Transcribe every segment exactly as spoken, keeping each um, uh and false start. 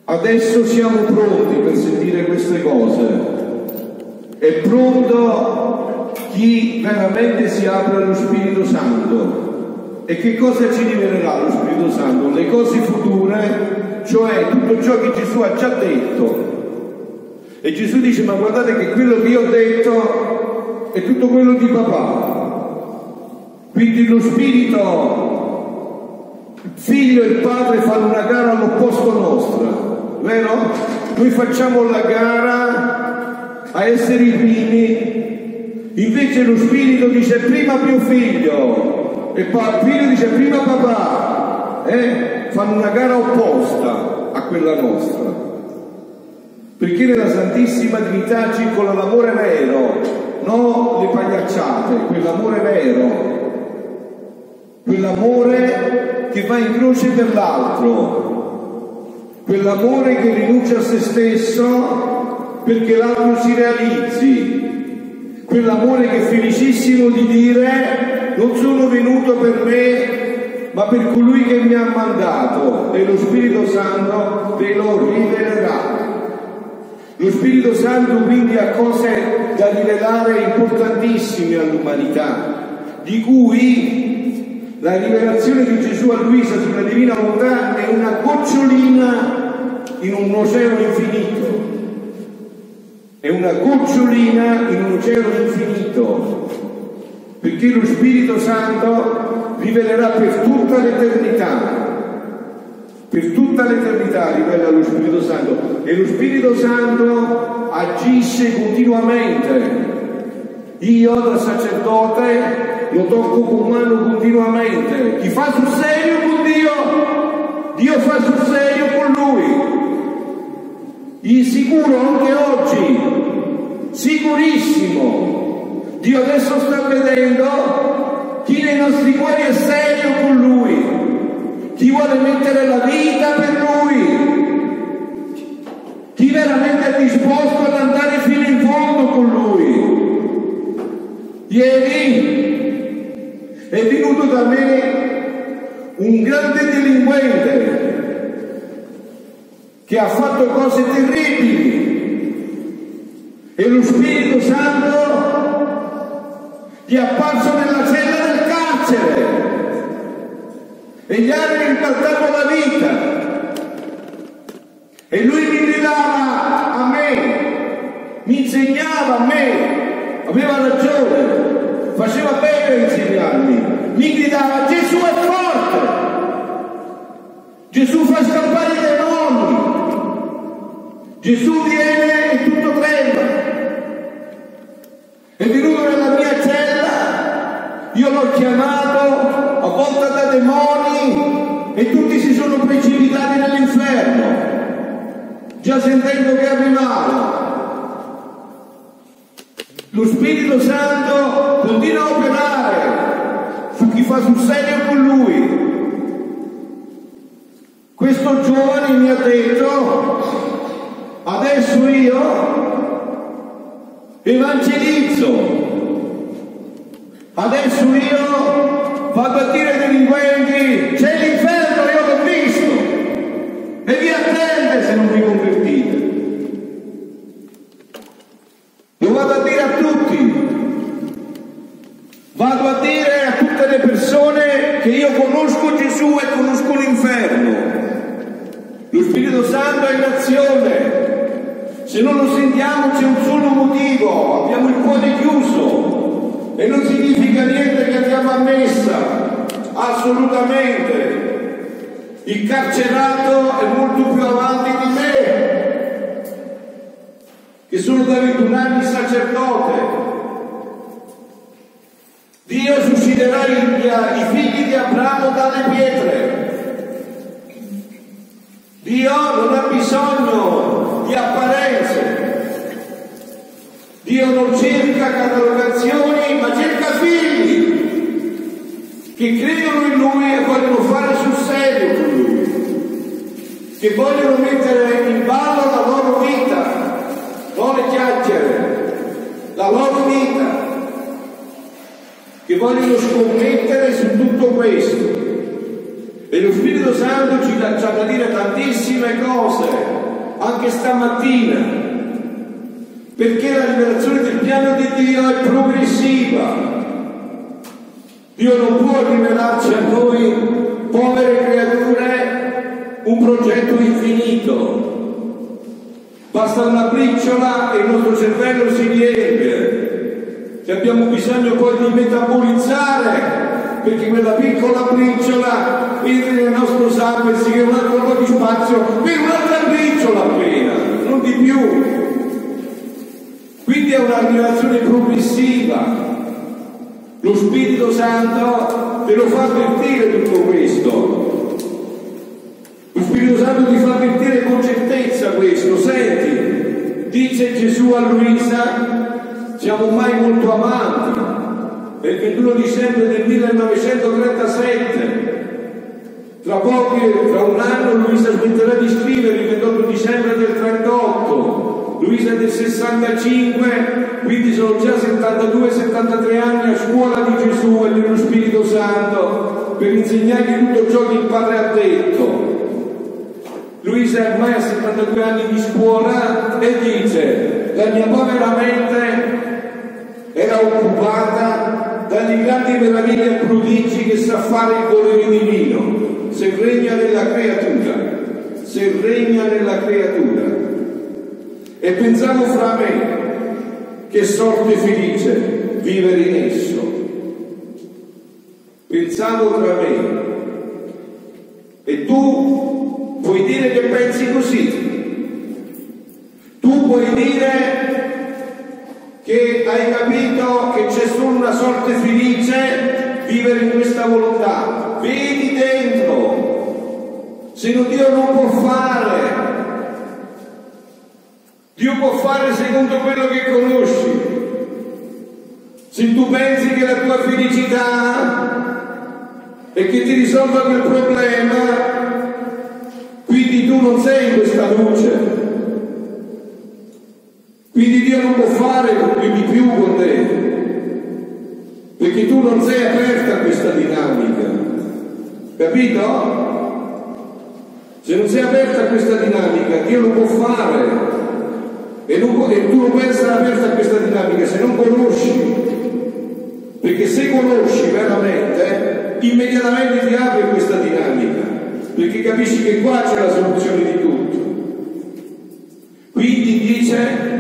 Adesso siamo pronti per sentire queste cose. È pronto chi veramente si apre allo Spirito Santo. E che cosa ci rivelerà lo Spirito Santo? Le cose future, cioè tutto ciò che Gesù ha già detto. E Gesù dice: ma guardate che quello che io ho detto è tutto quello di papà. Quindi lo Spirito, il Figlio e il Padre fanno una gara all'opposto nostra, vero? Noi facciamo la gara a essere i primi, invece lo Spirito dice prima mio figlio, e il Figlio dice prima papà, eh? Fanno una gara opposta a quella nostra. Perché nella Santissima Trinità circola l'amore vero, non le pagliacciate, quell'amore vero, quell'amore che va in croce per l'altro, quell'amore che rinuncia a se stesso perché l'altro si realizzi, quell'amore che è felicissimo di dire: non sono venuto per me, ma per colui che mi ha mandato, e lo Spirito Santo ve lo rivelerà. Lo Spirito Santo quindi ha cose da rivelare importantissime all'umanità, di cui la rivelazione di Gesù a Luisa sulla divina volontà è una gocciolina in un oceano infinito. È una gocciolina in un oceano infinito, perché lo Spirito Santo rivelerà per tutta l'eternità. Per tutta l'eternità rivela lo Spirito Santo, e lo Spirito Santo agisce continuamente. Io da sacerdote lo tocco con mano continuamente. Chi fa sul serio con Dio, Dio fa sul serio con lui. Insicuro anche oggi, sicurissimo. Dio adesso sta vedendo chi nei nostri cuori è serio con lui, chi vuole mettere la vita per lui, chi veramente è disposto ad andare fino in fondo con lui. Ieri è venuto da me un grande delinquente che ha fatto cose terribili e lo Spirito Santo gli è apparso nella cella del carcere e gli ha ribaltato la vita, e lui mi gridava a me, mi insegnava a me, aveva ragione, faceva bene a insegnarmi, mi gridava: Gesù è forte, Gesù fa scappare i demoni, Gesù viene e tutto trema. È venuto nella mia cella, io l'ho chiamato, avvolta da demoni, e tutti si sono precipitati nell'inferno, già sentendo che arrivava. Lo Spirito Santo continua a operare su chi fa sul serio con lui. Questo giovane mi ha detto: adesso io evangelizzo, adesso io vado a dire ai delinquenti: c'è l'inferno, io l'ho visto, e vi attende se non vi convertite. Lo vado a dire a tutti, vado a dire a tutte le persone che io conosco Gesù e conosco l'inferno. Lo Spirito Santo è in azione. Se non lo sentiamo c'è un solo motivo: abbiamo il cuore chiuso, e non significa niente che andiamo a messa, assolutamente. Il carcerato è molto più avanti di me, che sono da ventuno anni sacerdote. Dio susciterà i, i figli di Abramo dalle pietre. Dio non ha bisogno di apparenze, Dio non cerca catalogazioni, ma cerca figli che credono in Lui e vogliono fare sul serio con Lui, che vogliono mettere in ballo la loro vita, non le chiacchiere, la loro vita, che vogliono scommettere su tutto questo. E lo Spirito Santo ci dà da dire tantissime cose, anche stamattina, perché la rivelazione del piano di Dio è progressiva. Dio non può rivelarci a noi, povere creature, un progetto infinito. Basta una briciola e il nostro cervello si riempie. E abbiamo bisogno poi di metabolizzare, perché quella piccola briciola entra nel nostro sangue e si crea un altro po' di spazio per un'altra briciola appena, non di più. Quindi è una rivelazione progressiva. Lo Spirito Santo te lo fa avvertire tutto questo. Lo Spirito Santo ti fa avvertire con certezza questo. Senti, dice Gesù a Luisa, siamo mai molto amanti. È il ventuno dicembre del millenovecentotrentasette. Tra pochi, tra un anno Luisa smetterà di scrivere, il ventotto dicembre del trentotto. Luisa è del sessantacinque, quindi sono già settantadue settantatré anni a scuola di Gesù e dello Spirito Santo per insegnargli tutto ciò che il Padre ha detto. Luisa ormai ha settantadue anni di scuola e dice: la mia povera mente era occupata dalle grandi meraviglie e prodigi che sa fare il volere divino, se regna nella creatura, se regna nella creatura. E pensavo fra me, che sorte felice vivere in esso. Pensavo tra me. E tu puoi dire che pensi così. Tu puoi dire che hai capito che c'è solo una sorte felice vivere in questa volontà. Vedi dentro. Se no Dio non può fare. Dio può fare secondo quello che conosci. Se tu pensi che la tua felicità è che ti risolva quel problema, quindi tu non sei in questa luce. Quindi Dio non può fare più di più con te, perché tu non sei aperta a questa dinamica. Capito? Se non sei aperta a questa dinamica, Dio lo può fare. E, non può, e tu non puoi essere aperto a questa dinamica se non conosci, perché se conosci veramente, immediatamente ti apri a questa dinamica, perché capisci che qua c'è la soluzione di tutto. Quindi dice: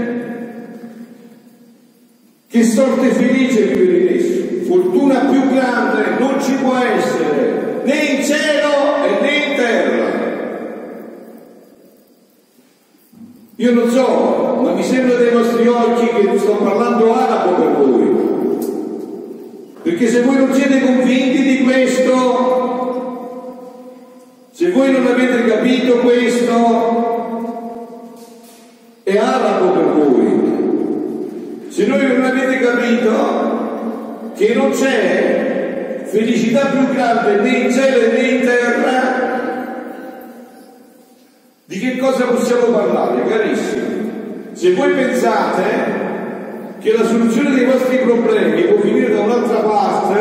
che sorte felice vivere in esso, fortuna più grande non ci può essere né in cielo e né in terra. Io non so, ma mi sembra dai vostri occhi che sto parlando arabo per voi. Perché se voi non siete convinti di questo, se voi non avete capito questo, è arabo per voi. Se noi non avete capito che non c'è felicità più grande né in cielo né in terra, di che cosa possiamo parlare, carissimi? Se voi pensate che la soluzione dei vostri problemi può finire da un'altra parte,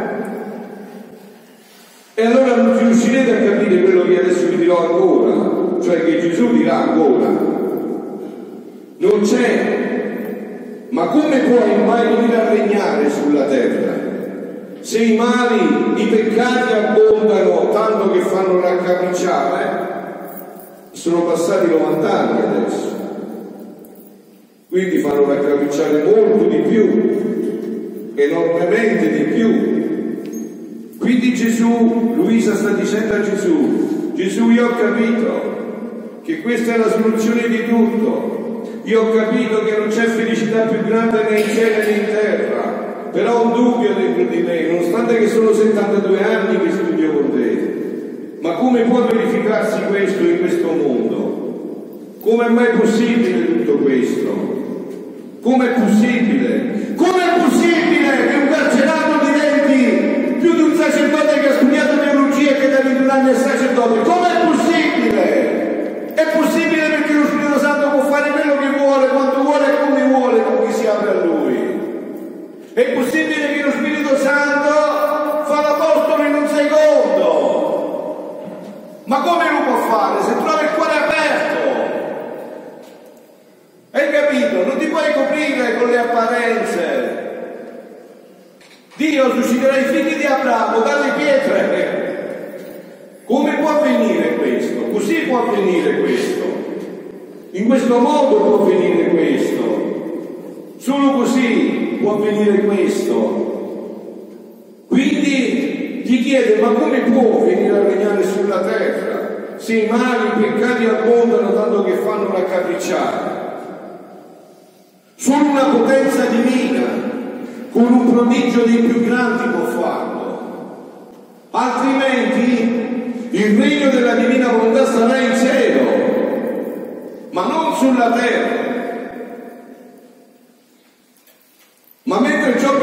e allora non riuscirete a capire quello che adesso vi dirò ancora, cioè che Gesù dirà ancora. Non c'è, ma come puoi mai venire a regnare sulla terra? Se i mali, i peccati abbondano tanto che fanno raccapricciare, sono passati novanta anni adesso, quindi fanno raccapricciare molto di più, enormemente di più. Quindi Gesù, Luisa sta dicendo a Gesù: Gesù, io ho capito che questa è la soluzione di tutto, io ho capito che non c'è felicità più grande né in cielo né in terra, però ho un dubbio dentro di me, nonostante che sono settantadue anni che studio con te. Ma come può verificarsi questo in questo mondo? Come è mai possibile tutto questo? Come è possibile? Come è possibile che un carcerato diventi più di un sacerdote che ha studiato teologia e che da ventuno anni è sacerdote? Come è possibile? È possibile perché lo Spirito Santo può fare quello che vuole, quando vuole e come vuole, con chi si apre a Lui. È possibile che lo Spirito Santo fa l'apostolo in un secondo. Ma come lo può fare? Se trova il cuore aperto, può avvenire questo. In questo modo può avvenire questo. Solo così può avvenire questo. Quindi gli chiede: ma come può venire a regnare sulla terra se i mali, i peccati abbondano tanto che fanno raccapricciare? Solo una potenza divina, con un prodigio dei più grandi, può farlo. Altrimenti il regno della divina volontà sarà in cielo, ma non sulla terra. Ma mentre ciò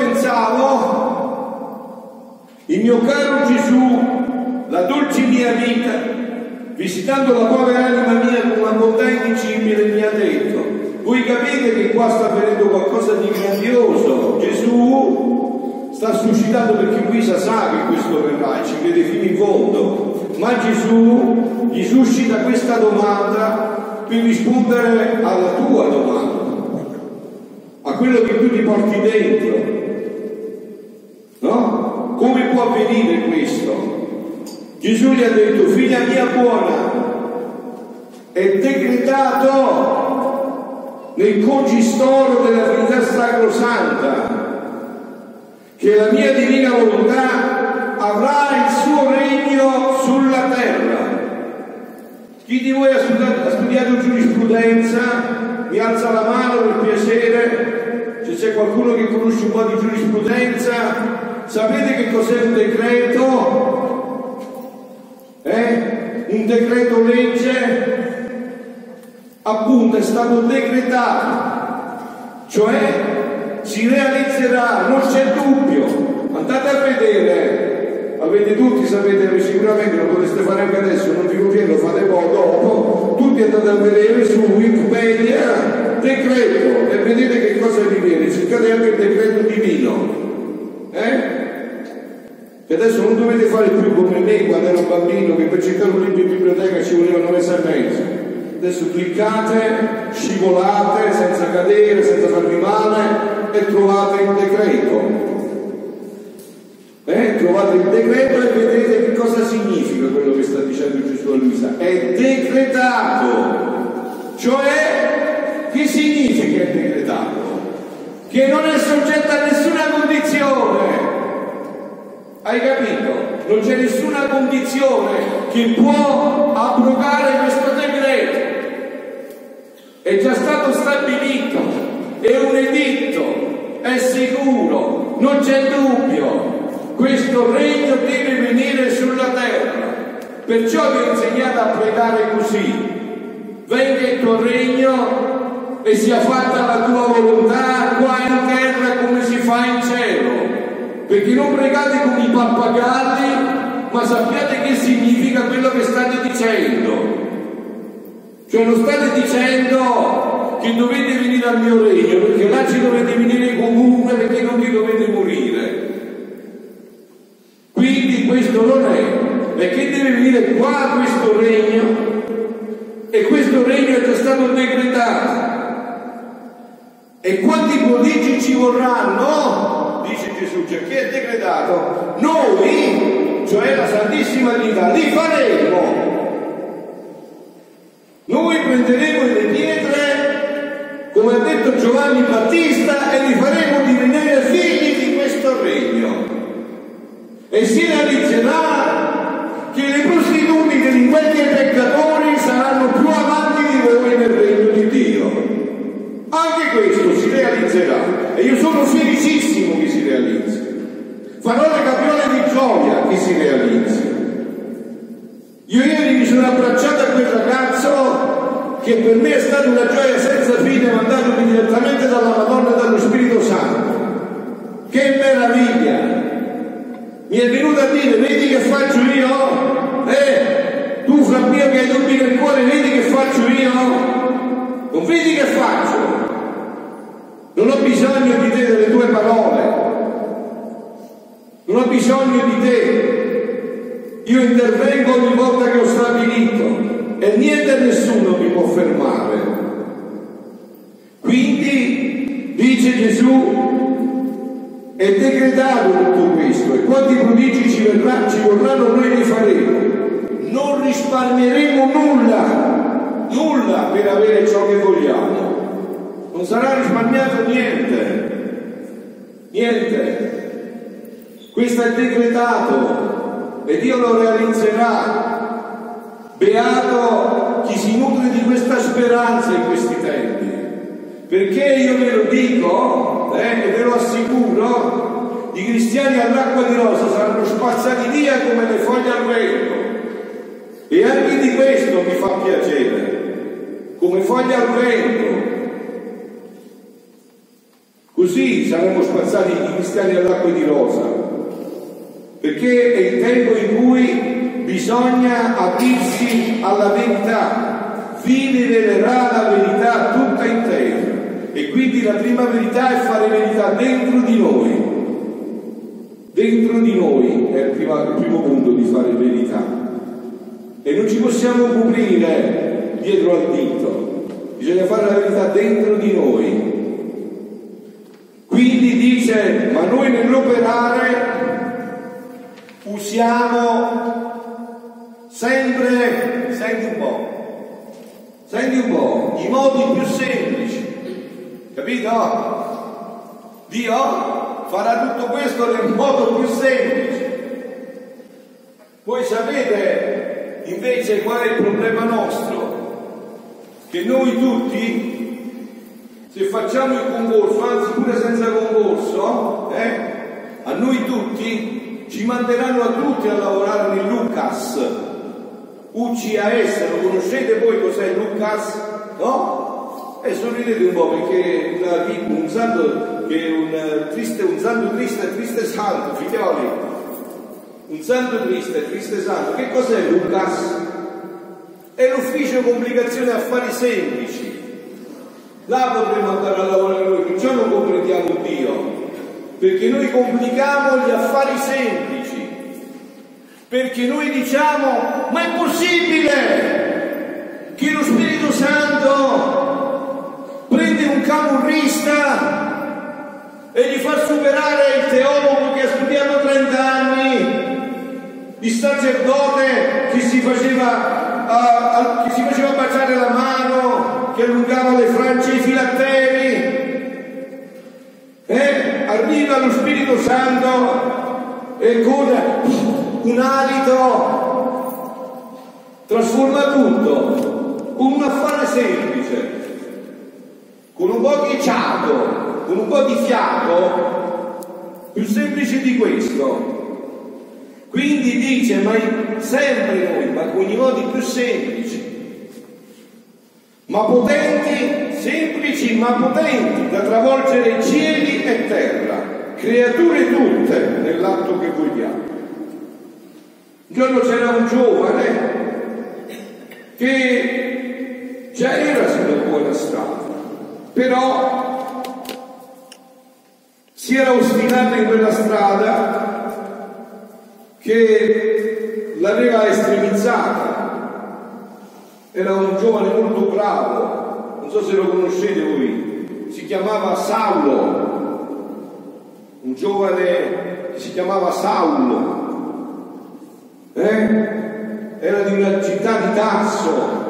pensavo, il mio caro Gesù, la dolce mia vita, visitando la povera anima mia con una bontà indicibile, mi ha detto: voi capite che qua sta avvenendo qualcosa di grandioso. Gesù sta suscitando, perché Luisa sa che questo verrà e ci crede fino in fondo, ma Gesù gli suscita questa domanda per rispondere alla tua domanda, a quello che tu ti porti dentro, no? Come può avvenire questo? Gesù gli ha detto: figlia mia buona, è decretato nel concistoro della Trinità Sacrosanta che la mia divina volontà avrà il suo regno sulla terra. Chi di voi ha studiato, ha studiato giurisprudenza? Mi alza la mano per piacere. Se c'è qualcuno che conosce un po' di giurisprudenza, sapete che cos'è un decreto? Eh? Un decreto legge, appunto, è stato decretato, cioè si realizzerà, non c'è dubbio. Andate a vedere, avete tutti, sapete sicuramente, lo potreste fare anche adesso, non vi conviene, lo fate poi dopo, tutti andate a vedere su Wikipedia decreto e vedete che cosa vi viene. Cercate anche il decreto divino, eh? E adesso non dovete fare più come me quando ero bambino, che per cercare un libro in biblioteca ci volevano un mese e mezzo. Adesso cliccate, scivolate senza cadere, senza farvi male, e trovate il decreto. Eh? Trovate il decreto e vedete che cosa significa quello che sta dicendo Gesù a Luisa. È decretato. Cioè, che significa è decretato? Che non è soggetto a nessuna condizione. Hai capito? Non c'è nessuna condizione che può abrogare questo decreto. È già stato stabilito, è un editto, è sicuro, non c'è dubbio. Questo regno deve venire sulla terra. Perciò vi ho insegnato a pregare così: venga il tuo regno e sia fatta la tua volontà qua in terra come si fa in cielo. Perché non pregate come i pappagalli, ma sappiate che significa quello che state dicendo. Cioè non state dicendo che dovete venire al mio regno, perché là ci dovete venire comunque, perché non vi dovete morire. Quindi questo non è, perché deve venire qua questo regno, e questo regno è già stato decretato. E quanti prodigi ci vorranno? Dice Gesù, cioè chi è decretato? Noi, cioè la Santissima Trinità, li faremo. Noi prenderemo le pietre, come ha detto Giovanni Battista, e li faremo divenire figli di questo regno. E si realizzerà che le prostitute, i delinquenti e i peccatori saranno più avanti di voi nel regno di Dio. Anche questo si realizzerà e io sono felicissimo che si realizzi. Farò le capriole di gioia che si realizzi. Io ieri mi sono abbracciato a quel ragazzo che per me è stata una gioia senza fine, mandandomi direttamente dalla Madonna e dallo Spirito Santo. Che meraviglia! Mi è venuto a dire: vedi che faccio io? Eh, tu fra mio che hai dubbi nel cuore, vedi che faccio io? Non vedi che faccio? Non ho bisogno di te, delle tue parole, non ho bisogno di te. Io intervengo ogni volta che ho stabilito e niente e nessuno mi può fermare. Quindi dice Gesù: è decretato tutto questo, e quanti prodigi ci, verrà, ci vorranno noi li faremo. non risparmieremo nulla, nulla per avere ciò che vogliamo. Non sarà risparmiato niente, niente. Questo è decretato e Dio lo realizzerà. Beato chi si nutre di questa speranza in questi tempi, perché io ve lo dico eh, e ve lo assicuro, i cristiani all'acqua di rosa saranno spazzati via come le foglie al vento, e anche di questo mi fa piacere, come foglie al vento. Così saremo spazzati i cristiani all'acqua di rosa, perché è il tempo in cui bisogna aprirsi alla verità. Vi rivelerà la verità tutta intera, e quindi la prima verità è fare verità dentro di noi. Dentro di noi è il primo, il primo punto di fare verità, e non ci possiamo coprire dietro al dito, bisogna fare la verità dentro di noi. Quindi dice, ma noi nell'operare usiamo sempre, senti un po', senti un po', i modi più semplici, capito? Dio farà tutto questo nel modo più semplice. Voi sapete invece qual è il problema nostro? Che noi tutti, se facciamo il concorso, anzi pure senza concorso, eh, a noi tutti ci manderanno a tutti a lavorare nel Lucas, U C A S, lo conoscete voi cos'è Lucas? No? E sorridete un po', perché una, un santo che è un triste, un santo triste, triste santo, figlioli, un santo triste, triste santo. Che cos'è Lucas? È l'ufficio complicazione affari semplici. Là potremmo andare a lavorare noi, perciò non comprendiamo Dio, perché noi complichiamo gli affari semplici, perché noi diciamo, ma è possibile che lo Spirito Santo prende un camorrista e gli fa superare il teologo che ha studiato trenta anni, il sacerdote che si faceva, uh, uh, che si faceva baciare la mano, che allungava le frange ai filatteri, eh? Arriva lo Spirito Santo e con un alito trasforma tutto, con un affare semplice, con un po' di ciato, con un po' di fiato, più semplice di questo. Quindi dice, ma sempre noi, ma con i modi più semplici, ma potenti, semplici ma potenti, da travolgere cieli e terra, creature tutte nell'atto che vogliamo. Un giorno c'era un giovane che già era sulla buona strada, però si era ostinato in quella strada che l'aveva estremizzata. Era un giovane molto bravo, non so se lo conoscete voi, si chiamava Saulo, un giovane che si chiamava Saulo, eh? Era di una città di Tarso,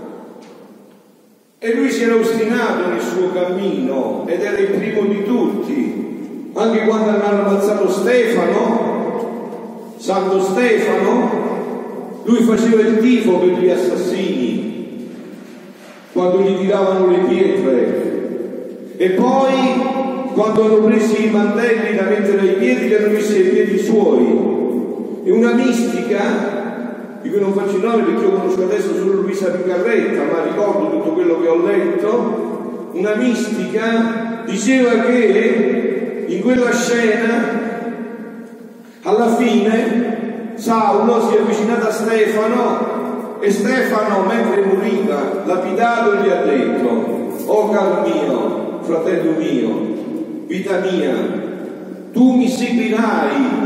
e lui si era ostinato nel suo cammino ed era il primo di tutti. Anche quando hanno ammazzato Stefano, Santo Stefano, lui faceva il tifo per gli assassini quando gli tiravano le pietre, e poi quando hanno preso i mantelli da mettere ai piedi, li hanno messi ai piedi suoi. E una mistica, di cui non faccio il nome perché io conosco adesso solo Luisa Picarretta, ma ricordo tutto quello che ho letto, una mistica diceva che in quella scena alla fine Saulo si è avvicinato a Stefano, e Stefano, mentre moriva lapidato, gli ha detto: oh caro mio, fratello mio, vita mia, tu mi seguirai.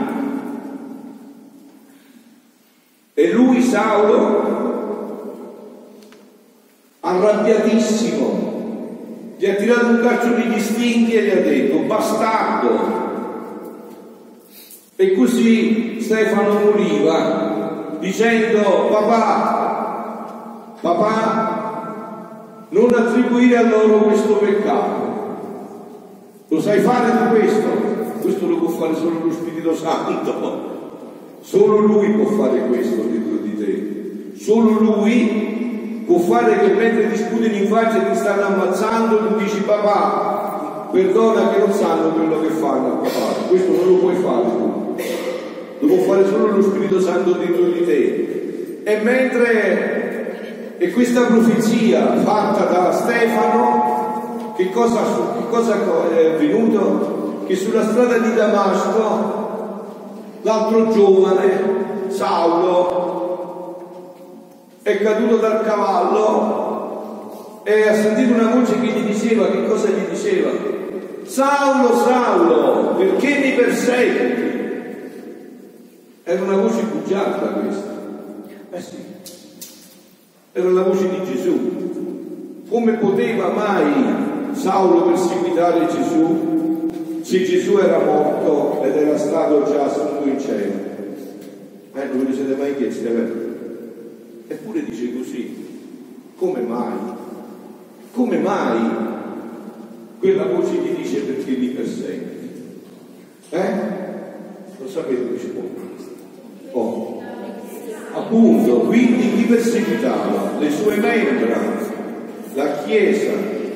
E lui, Saulo, arrabbiatissimo, gli ha tirato un calcio negli stinchi e gli ha detto: bastardo. E così Stefano moriva dicendo: papà, papà, non attribuire a loro questo peccato. Lo sai fare tu questo? Questo lo può fare solo lo Spirito Santo. Solo Lui può fare questo dentro di te. Solo Lui può fare che mentre ti sputano in faccia e ti stanno ammazzando, tu dici: papà, perdona che non sanno quello che fanno, papà. Questo non lo puoi fare tu. Lo può fare solo lo Spirito Santo dentro di te. E mentre è questa profezia fatta da Stefano, che cosa, che cosa è avvenuto? Che sulla strada di Damasco l'altro giovane, Saulo, è caduto dal cavallo e ha sentito una voce che gli diceva: che cosa gli diceva? Saulo, Saulo, perché mi perseguiti? Era una voce bugiarda questa. Eh sì, era la voce di Gesù. Come poteva mai Saulo perseguitare Gesù se Gesù era morto ed era stato già assunto in cielo? Eh, non ve lo siete mai chiesti, vero? Eppure dice così. Come mai? Come mai quella voce gli dice: perché mi perseguiti? Eh? Lo sapete che ci può? Oh, appunto, quindi chi perseguitava? Le sue membra, la Chiesa.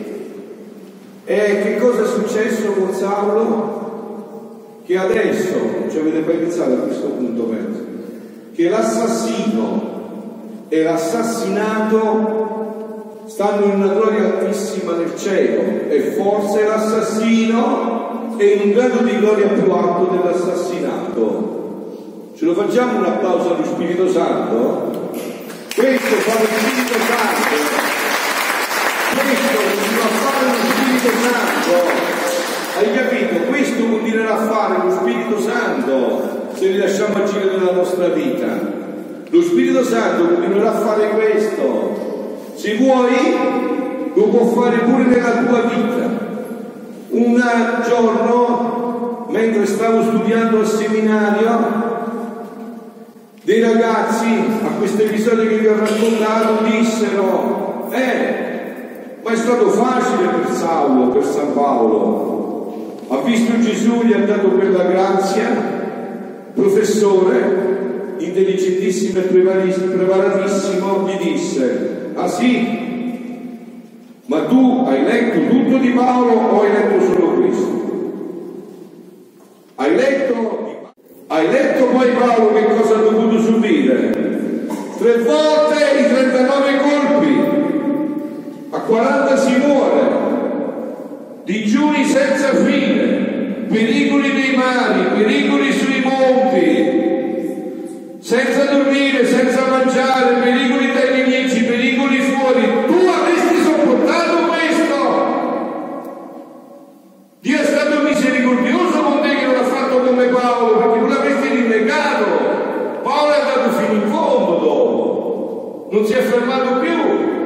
E che cosa è successo con Saulo? Che adesso, non ci avete mai pensato a questo punto, penso, che l'assassino e l'assassinato stanno in una gloria altissima nel cielo, e forse l'assassino è in un grado di gloria più alto dell'assassinato. Ce lo facciamo un applauso allo Spirito Santo? Questo fa lo Spirito Santo. Questo si va a fare lo Spirito Santo. Hai capito? Questo continuerà a fare lo Spirito Santo se li lasciamo agire nella nostra vita. Lo Spirito Santo continuerà a fare questo. Se vuoi, lo può fare pure nella tua vita. Un giorno, mentre stavo studiando al seminario, dei ragazzi, a questo episodio che vi ho raccontato, dissero: eh, ma è stato facile per Saulo, per San Paolo. Ha visto Gesù, gli ha dato quella grazia. Professore, intelligentissimo e preparatissimo, gli disse: ah sì? Ma tu hai letto tutto di Paolo o hai letto solo questo? Hai letto Hai letto poi Paolo che cosa ha dovuto subire? Tre volte i trentanove colpi, a quaranta si muore, digiuni senza fine, pericoli nei mari, pericoli sui monti, senza dormire, senza mangiare, pericoli dai nemici, pericoli fuori. Tu avresti sopportato questo? Dio è stato misericordioso con te che non ha fatto come Paolo, perché non l'avresti rinnegato. Paolo è andato fino in fondo dopo, non si è fermato più.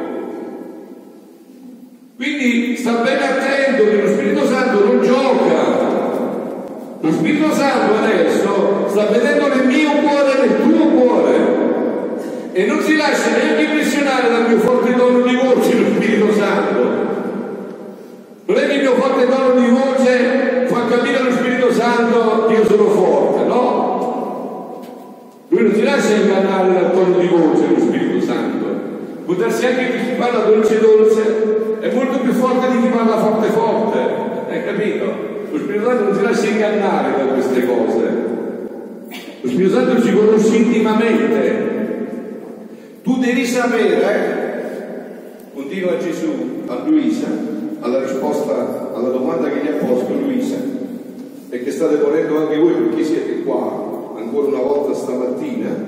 Quindi sta bene attento che lo Spirito Santo non gioca. Lo Spirito Santo adesso sta vedendo nel mio cuore e nel tuo cuore e non si lascia neanche impressionare dal mio forte tono di voce. Lo Spirito Santo non è che il mio forte tono di voce fa capire allo Spirito Santo che io sono forte, no? Lui non si lascia ingannare dal tono di voce dello Spirito Santo. Può darsi anche che chi parla dolce dolce è molto più forte di chi parla forte forte, hai capito? Lo Spirito Santo non si lascia ingannare da queste cose. Lo Spirito Santo ci conosce intimamente. Tu devi sapere, continua Gesù a Luisa, alla risposta alla domanda che gli ha posto Luisa e che state ponendo anche voi, perché siete qua ancora una volta stamattina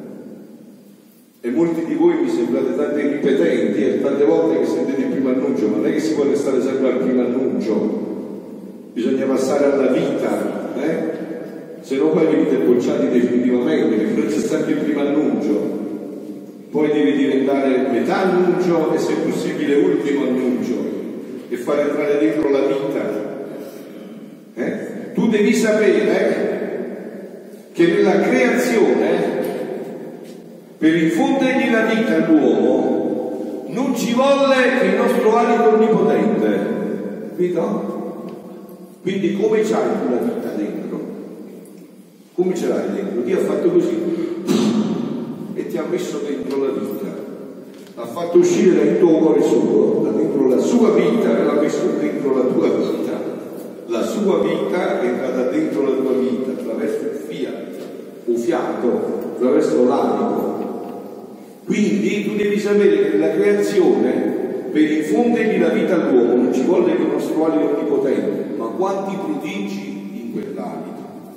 e molti di voi mi sembrate tanti ripetenti e tante volte che sentite il primo annuncio, ma non è che si può restare sempre al primo annuncio, bisogna passare alla vita, eh? Se no poi venite bocciati definitivamente, perché non c'è sempre il primo annuncio, poi devi diventare metà annuncio e se possibile ultimo annuncio e fare entrare dentro la vita. Eh? Tu devi sapere che nella creazione per infondergli la vita all'uomo non ci volle che il nostro alito onnipotente, capito? Quindi come c'hai tu la vita dentro? Come ce l'hai dentro? Dio ha fatto così e ti ha messo dentro la vita, ha fatto uscire dal tuo cuore suo, da dentro la sua vita e l'ha messo dentro la tua vita. La sua vita è entrata dentro la tua vita attraverso il fiat o fiato, attraverso l'animo. Quindi tu devi sapere che nella creazione, per infondergli la vita all'uomo, non ci vuole che il nostro alito onnipotente, ma quanti prodigi in quell'alito.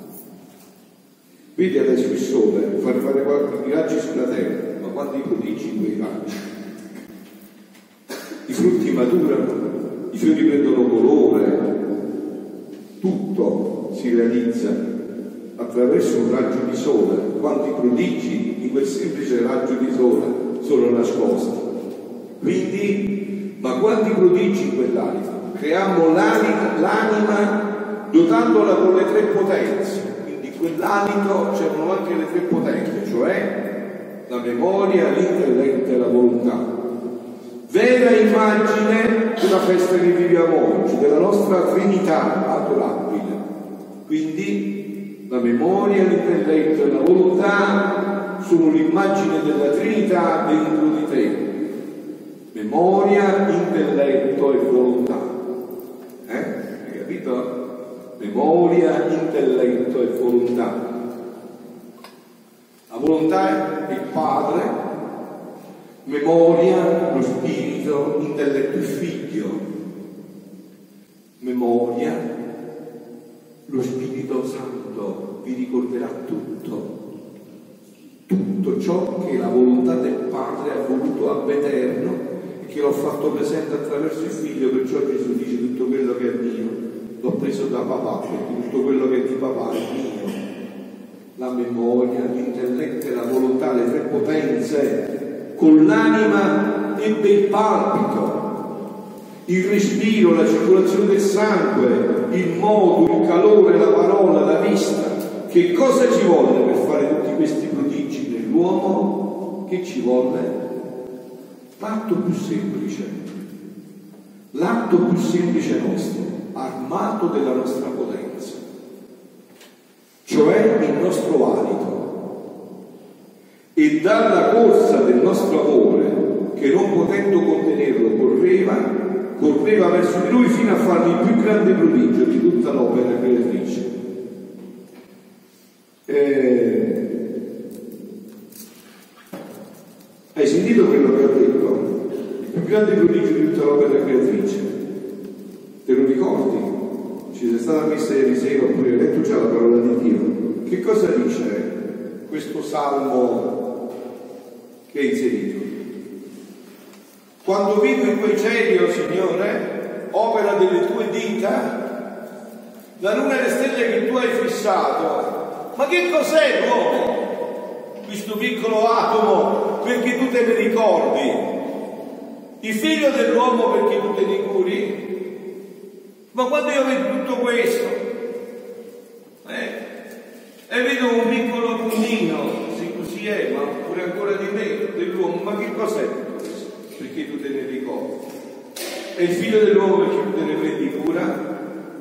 Vedi adesso il sole, fare fare qualche raggi sulla terra, ma quanti prodigi in quei raggi. I frutti maturano, i fiori prendono colore, tutto si realizza attraverso un raggio di sole. Quanti prodigi in quel semplice raggio di sole sono nascosti. Quindi, ma quanti prodigi in quell'anima? Creiamo l'anima, l'anima dotandola con le tre potenze. Quindi quell'alito c'erano anche le tre potenze, cioè la memoria, l'intelletto e la volontà. Vera immagine della festa che viviamo oggi, della nostra Trinità adorabile. Quindi la memoria, l'intelletto e la volontà sono l'immagine della Trinità dentro di te. Memoria, intelletto e volontà. Eh? Hai capito? Memoria, intelletto e volontà. La volontà è il Padre, memoria, lo spirito, intelletto il figlio, memoria, lo Spirito Santo vi ricorderà tutto, tutto ciò che la volontà del Padre ha voluto ab eterno e che l'ho fatto presente attraverso il figlio. Perciò Gesù dice: tutto quello che è mio l'ho preso da papà, perché tutto quello che è di papà è mio. La memoria, l'intelletto e la volontà, le tre potenze. Con l'anima ebbe il palpito, il respiro, la circolazione del sangue, il modo, il calore, la parola, la vista. Che cosa ci volle per fare tutti questi prodigi nell'uomo? Che ci volle? L'atto più semplice, l'atto più semplice nostro, armato della nostra potenza, cioè il nostro alito. E dalla corsa del nostro amore, che non potendo contenerlo correva, correva verso di lui fino a fargli il più grande prodigio di tutta l'opera creatrice. Eh, hai sentito quello che ho detto? Il più grande prodigio di tutta l'opera creatrice. Te lo ricordi? Ci sei stata messa ieri sera oppure hai letto già la parola di Dio? Che cosa dice questo salmo che è inserito? Quando vivo in quei cieli, o Signore, opera delle tue dita, la luna e le stelle che tu hai fissato. Ma che cos'è l'uomo? Questo piccolo atomo, perché tu te ne ricordi? Il figlio dell'uomo, perché tu te ne curi? Ma quando io vedo tutto questo, eh, e vedo un piccolo puntino, così è, ma pure ancora di me, dell'uomo, ma che cos'è tutto questo? Perché tu te ne ricordi? È il figlio dell'uomo perché tu te ne prendi cura?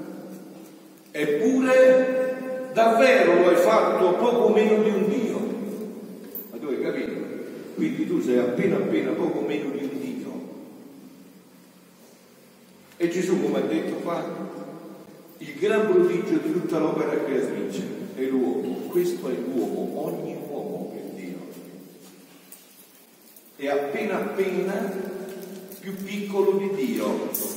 Eppure davvero lo hai fatto poco meno di un Dio. Ma tu hai capito? Quindi tu sei appena appena poco meno di un Dio. E Gesù, come ha detto qua, il gran prodigio di tutta l'opera creatrice è l'uomo. Questo è l'uomo, ogni uomo è Dio. È appena appena più piccolo di Dio.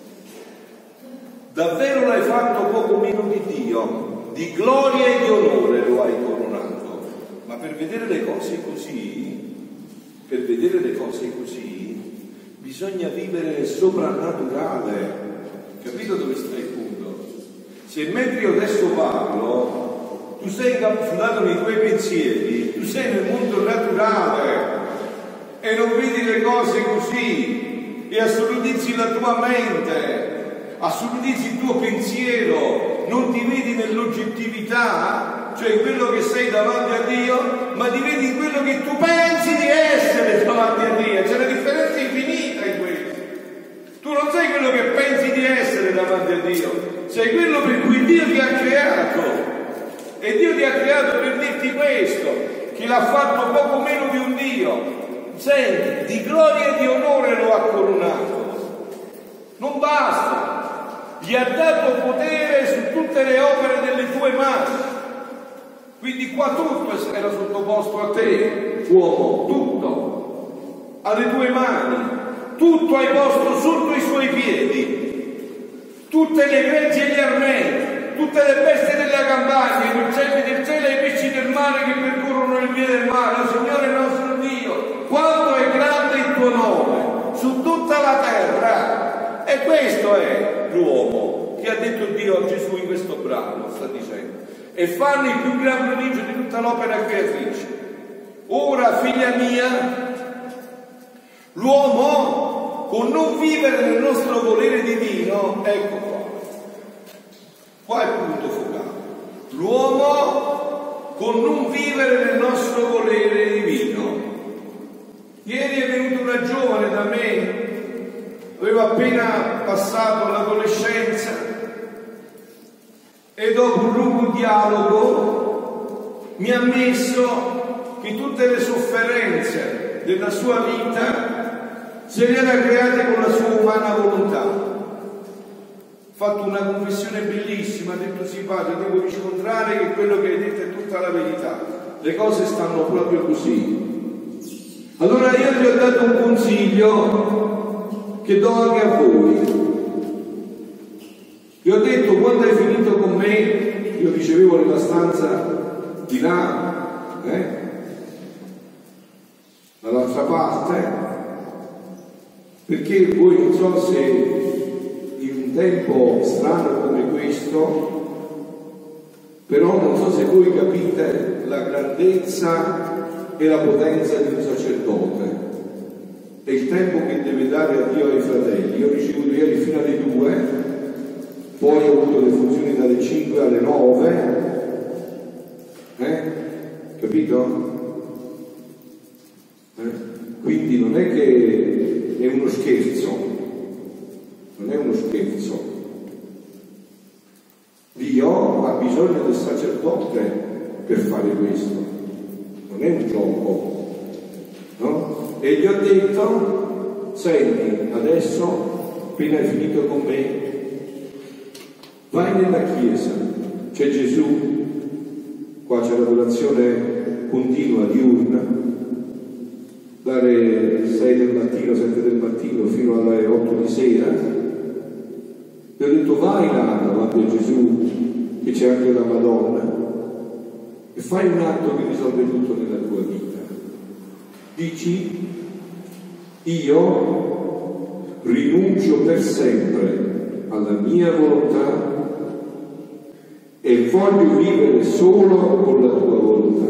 Davvero l'hai fatto poco meno di Dio, di gloria e di onore lo hai coronato. Ma per vedere le cose così, per vedere le cose così, bisogna vivere nel soprannaturale. Capito dove sta il punto? Se mentre io adesso parlo, tu sei incapsulato nei tuoi pensieri, tu sei nel mondo naturale e non vedi le cose così e assolutizzi la tua mente, assolutizzi il tuo pensiero, non ti vedi nell'oggettività, cioè in quello che sei davanti a Dio, ma ti vedi in quello che tu pensi di essere davanti a Dio. C'è una differenza infinita in questo. Tu non sei quello che pensi di essere davanti a Dio, sei quello per cui Dio ti ha creato. E Dio ti ha creato per dirti questo, che l'ha fatto poco meno di un Dio. Senti, di gloria e di onore lo ha coronato. Non basta, gli ha dato potere su tutte le opere delle tue mani. Quindi qua tutto era sottoposto a te, uomo, tutto, alle tue mani, tutto hai posto sotto i suoi piedi, tutte le greggi e gli armenti, tutte le bestie della campagna, i uccelli del cielo e i pesci del mare che percorrono le vie del mare. Oh Signore nostro Dio, quanto è grande il tuo nome su tutta la terra. E questo è l'uomo che ha detto Dio a Gesù in questo brano, sta dicendo. E fanno il più gran prodigio di tutta l'opera creatrice. Ora, figlia mia, l'uomo con non vivere nel nostro volere divino, ecco qua. Qua è il punto focale. L'uomo con non vivere nel nostro volere divino. Ieri è venuta una giovane da me, aveva appena passato l'adolescenza, e dopo un lungo dialogo mi ha ammesso che tutte le sofferenze della sua vita se le era create con la sua umana volontà. Ha fatto una confessione bellissima, ha detto: sì padre, devo riscontrare che quello che hai detto è tutta la verità, le cose stanno proprio così. Allora io ti ho dato un consiglio che do anche a voi. Vi ho detto, quando hai finito con me, io ricevevo nella stanza di là, eh, dall'altra parte, perché voi non so se in un tempo strano come questo, però non so se voi capite la grandezza e la potenza di un sacerdote e il tempo che deve dare a Dio ai fratelli. Io ho ricevuto ieri fino alle due, poi ho avuto le funzioni dalle cinque alle nove, eh? Capito? Eh? Quindi non è che è uno scherzo, non è uno scherzo. Dio ha bisogno del sacerdote per fare questo, non è un gioco, no? E gli ho detto: senti, adesso, appena hai finito con me, vai nella chiesa, c'è Gesù, qua c'è l'adorazione continua, diurna, dalle sei del mattino, sette del mattino fino alle otto di sera. E ho detto: vai là davanti a Gesù, che c'è anche la Madonna, e fai un atto che risolve tutto nella tua vita. Dici: io rinuncio per sempre alla mia volontà e voglio vivere solo con la tua volontà.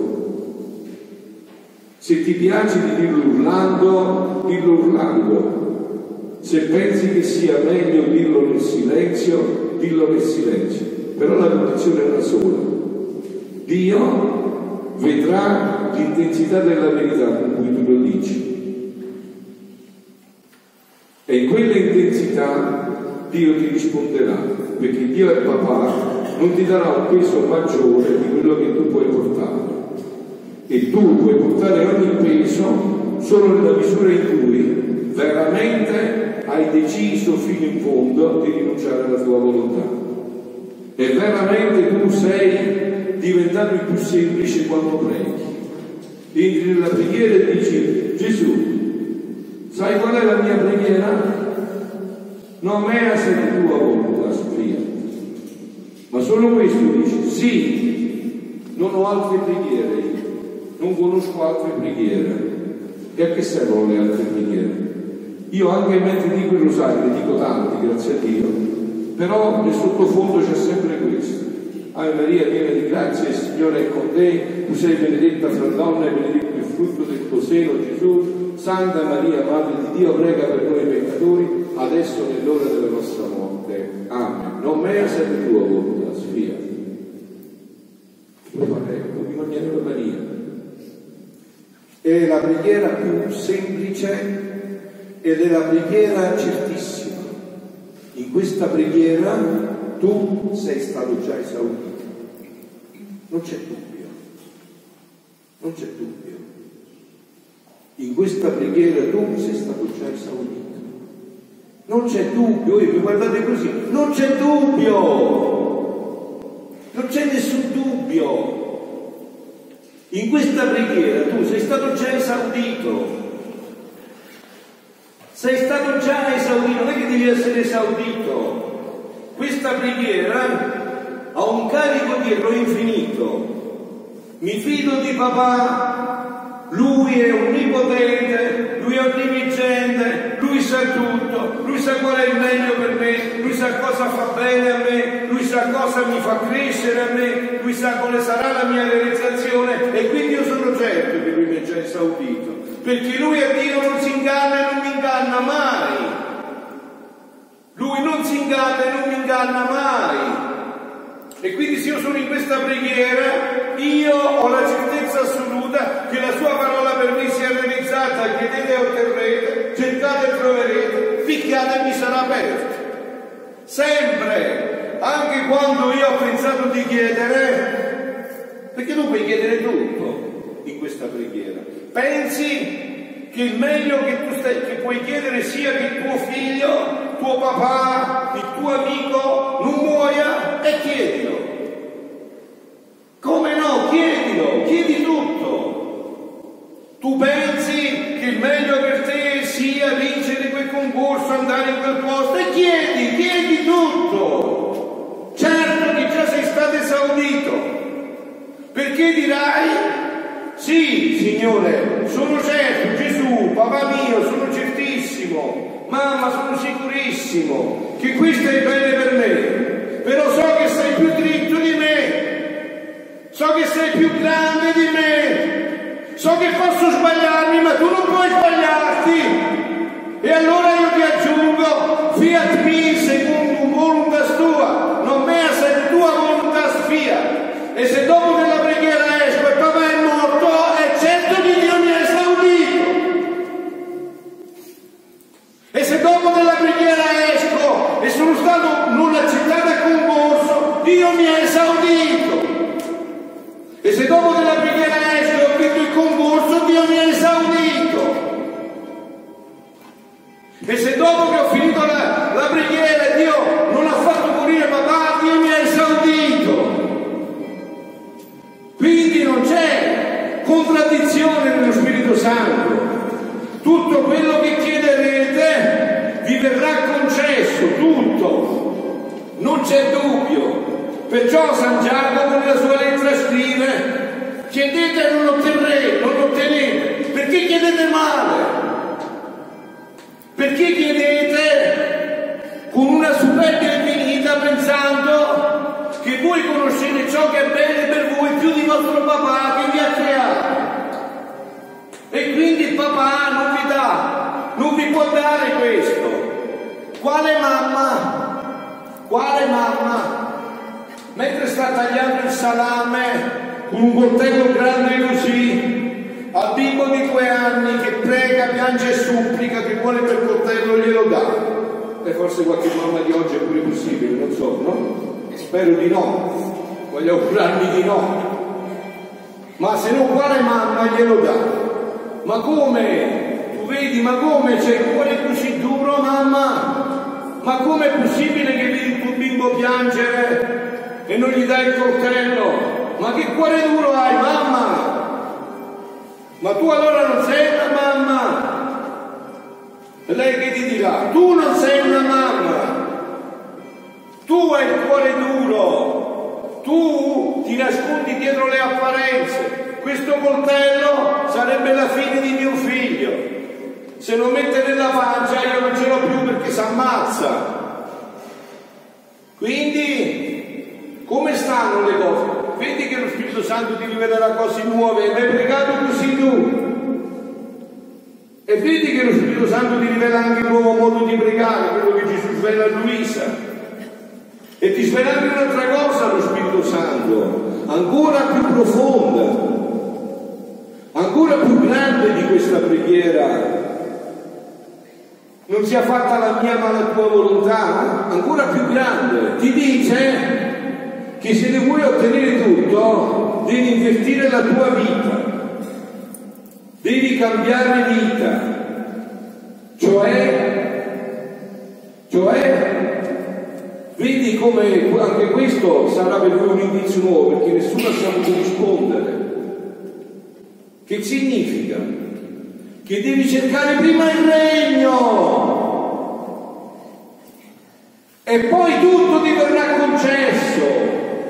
Se ti piace di dirlo urlando, dillo urlando. Se pensi che sia meglio dirlo nel silenzio, dillo nel silenzio. Però la condizione è una sola: Dio vedrà l'intensità della verità con cui tu lo dici, e in quella intensità Dio ti risponderà, perché Dio è papà, non ti darà un peso maggiore di quello che tu puoi portare, e tu puoi portare ogni peso solo nella misura in cui veramente hai deciso fino in fondo di rinunciare alla tua volontà, e veramente tu sei diventato il più semplice quando preghi. Entri nella preghiera e dici: Gesù, sai qual è la mia preghiera? Non mea se tua volontà, Sofia. Ma solo questo dici: sì, non ho altre preghiere, non conosco altre preghiere. E a che servono le altre preghiere? Io anche mentre dico il rosario, ne dico tanti, grazie a Dio, però nel sottofondo c'è sempre questo: Ave Maria, piena di grazia, il Signore è con te, tu sei benedetta fra donne, benedetto il frutto del tuo seno, Gesù. Santa Maria, Madre di Dio, prega per noi peccatori, adesso nell'ora della nostra morte. Amen. Non mea sed tua volontà, Sofia. la preghiera più semplice ed è la preghiera certissima. In questa preghiera tu sei stato già esaudito, non c'è dubbio, non c'è dubbio. In questa preghiera tu sei stato già esaudito. Non c'è dubbio, voi mi guardate così, non c'è dubbio, non c'è nessun dubbio. In questa preghiera tu sei stato già esaudito, sei stato già esaudito, non è che devi essere esaudito. Questa preghiera ha un carico dietro infinito. Mi fido di papà, lui è onnipotente, lui è onnivigente, lui sa tutto, lui sa qual è il meglio per me, lui sa cosa fa bene a me, lui sa cosa mi fa crescere a me, lui sa quale sarà la mia realizzazione, e quindi io sono certo che lui mi ha già esaudito, perché lui a Dio non si inganna e non mi inganna mai. Lui non si inganna e non mi inganna mai. E quindi se io sono in questa preghiera, io ho la certezza assoluta che la sua parola per me sia realizzata. Chiedete e otterrete, cercate e troverete, picchiate e mi sarà aperto. Sempre, anche quando io ho pensato di chiedere, perché tu puoi chiedere tutto in questa preghiera. Pensi che il meglio che tu stai, che puoi chiedere sia che tuo figlio, tuo papà, il tuo amico non muoia, e chiedilo. Come no? Chiedilo, chiedi tutto. Tu pensi che il meglio per te sia vincere quel concorso, andare in quel posto, e chiedi, chiedi tutto. Certo che già sei stato esaudito, perché dirai: sì, Signore, sono certo, Gesù, papà mio, sono certissimo, mamma, sono sicurissimo che questo è bene per me, però so che sei più dritto di me, so che sei più grande di me, so che posso sbagliarmi, ma tu non puoi sbagliarti, e allora io ti aggiungo: fiat mi secundum voluntas tua, non mea sed tua voluntas fiat. E se dopo della preghiera esco e papà è morto, è certo che Dio mi ha esaudito. E se dopo della preghiera esco e sono stato non accettato al concorso, Dio mi ha esaudito. E se dopo della preghiera esco e ho vinto il concorso, Dio mi ha esaudito. E se dopo che ho finito la, la preghiera Dio non ha fatto morire papà, Dio mi ha esaudito. Quindi non c'è contraddizione nello Spirito Santo. Tutto quello che chiederete vi verrà concesso, tutto, non c'è dubbio. Perciò San Giacomo nella sua lettera scrive: chiedete e non otterrete, non ottenete. Perché chiedete male? Perché chiedete con una superbia infinita, pensando che voi conoscete ciò che è bene per voi più di vostro papà che vi ha creato, e quindi il papà non vi dà, non vi può dare questo. Quale mamma? Quale mamma? Mentre sta tagliando il salame con un coltello grande così al bimbo di due anni che prega, piange e supplica, che vuole quel coltello, glielo dà. E forse qualche mamma di oggi è pure possibile, non so, no? Spero di no, voglio augurarmi di no, ma se no quale mamma glielo dà? Ma come? Tu vedi, ma come c'è il cuore così duro, mamma? Ma come è possibile che vedi il tuo bimbo piangere e non gli dai il coltello? Ma che cuore duro hai, mamma? Ma tu allora non sei una mamma? E lei che ti dirà? Tu non sei una mamma. Tu hai il cuore duro, tu ti nascondi dietro le apparenze. Questo coltello sarebbe la fine di mio figlio. Se lo mette nella pancia io non ce l'ho più perché si ammazza. Quindi, come stanno le cose? Vedi che lo Spirito Santo ti rivelerà cose nuove, e hai pregato così tu. E vedi che lo Spirito Santo ti rivela anche il nuovo modo di pregare, quello che Gesù svela a Luisa. E ti svela anche un'altra cosa lo Spirito Santo, ancora più profonda. ancora più grande di questa preghiera, non sia fatta la mia ma la tua volontà, ancora più grande, ti dice che se ne vuoi ottenere tutto devi invertire la tua vita, devi cambiare vita, cioè, cioè vedi come anche questo sarà per voi un indizio nuovo, perché nessuno sa come rispondere. Che significa? Che devi cercare prima il regno e poi tutto ti verrà concesso.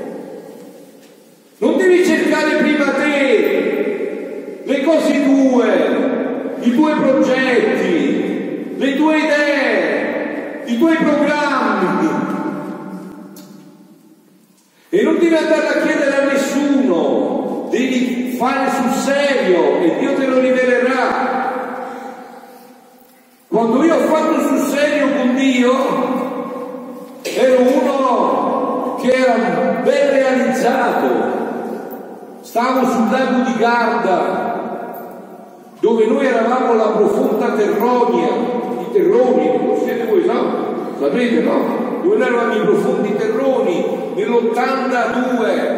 Non devi cercare prima te, le cose tue, i tuoi progetti, le tue idee, i tuoi programmi. E non devi andare a chiedere a nessuno, devi fare sul serio e Dio te lo rivelerà. Quando io ho fatto sul serio con Dio, ero uno che era ben realizzato. Stavo sul lago di Garda, dove noi eravamo la profonda Terronia, i terroni, li conoscete voi, no? Sapete, no? Dove noi eravamo i profondi terroni, nell'ottantadue.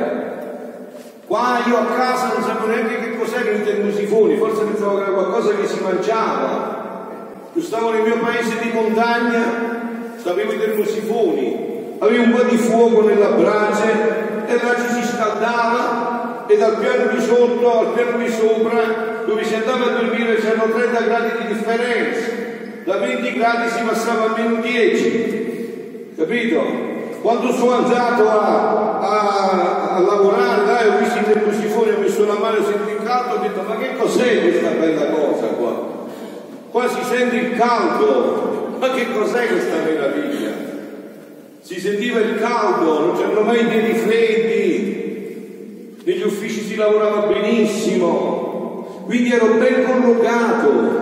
Qua io a casa non sapevo neanche che cos'erano i termosifoni, forse pensavo che era qualcosa che si mangiava. Io stavo nel mio paese di montagna, sapevo i termosifoni, avevo un po' di fuoco nella brace e la brace si scaldava e dal piano di sotto al piano di sopra, dove si andava a dormire, c'erano trenta gradi di differenza, da venti gradi si passava a meno dieci, capito? Quando sono andato a, a, a lavorare, dai, ho visto i termosifoni, ho messo la mano, ho sentito il caldo, ho detto ma che cos'è questa bella cosa qua? Qua si sente il caldo, ma che cos'è questa meraviglia? Si sentiva il caldo, non c'erano mai i piedi freddi, negli uffici si lavorava benissimo, quindi ero ben collocato.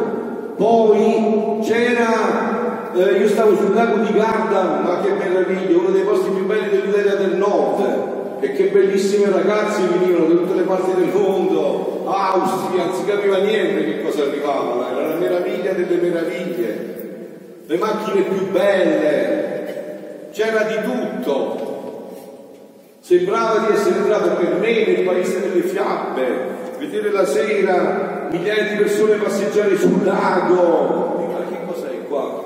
Poi c'era, eh, io stavo sul lago di Garda, ma che meraviglia, uno dei posti più belli dell'Italia del Nord, e che bellissime ragazze venivano da tutte le parti del mondo, Austria, non si capiva niente che cosa arrivava, era la meraviglia delle meraviglie, le macchine più belle, c'era di tutto. Sembrava di essere entrato per me nel paese delle fiabe, vedere la sera migliaia di persone passeggiare sul lago. Ma che cos'è qua?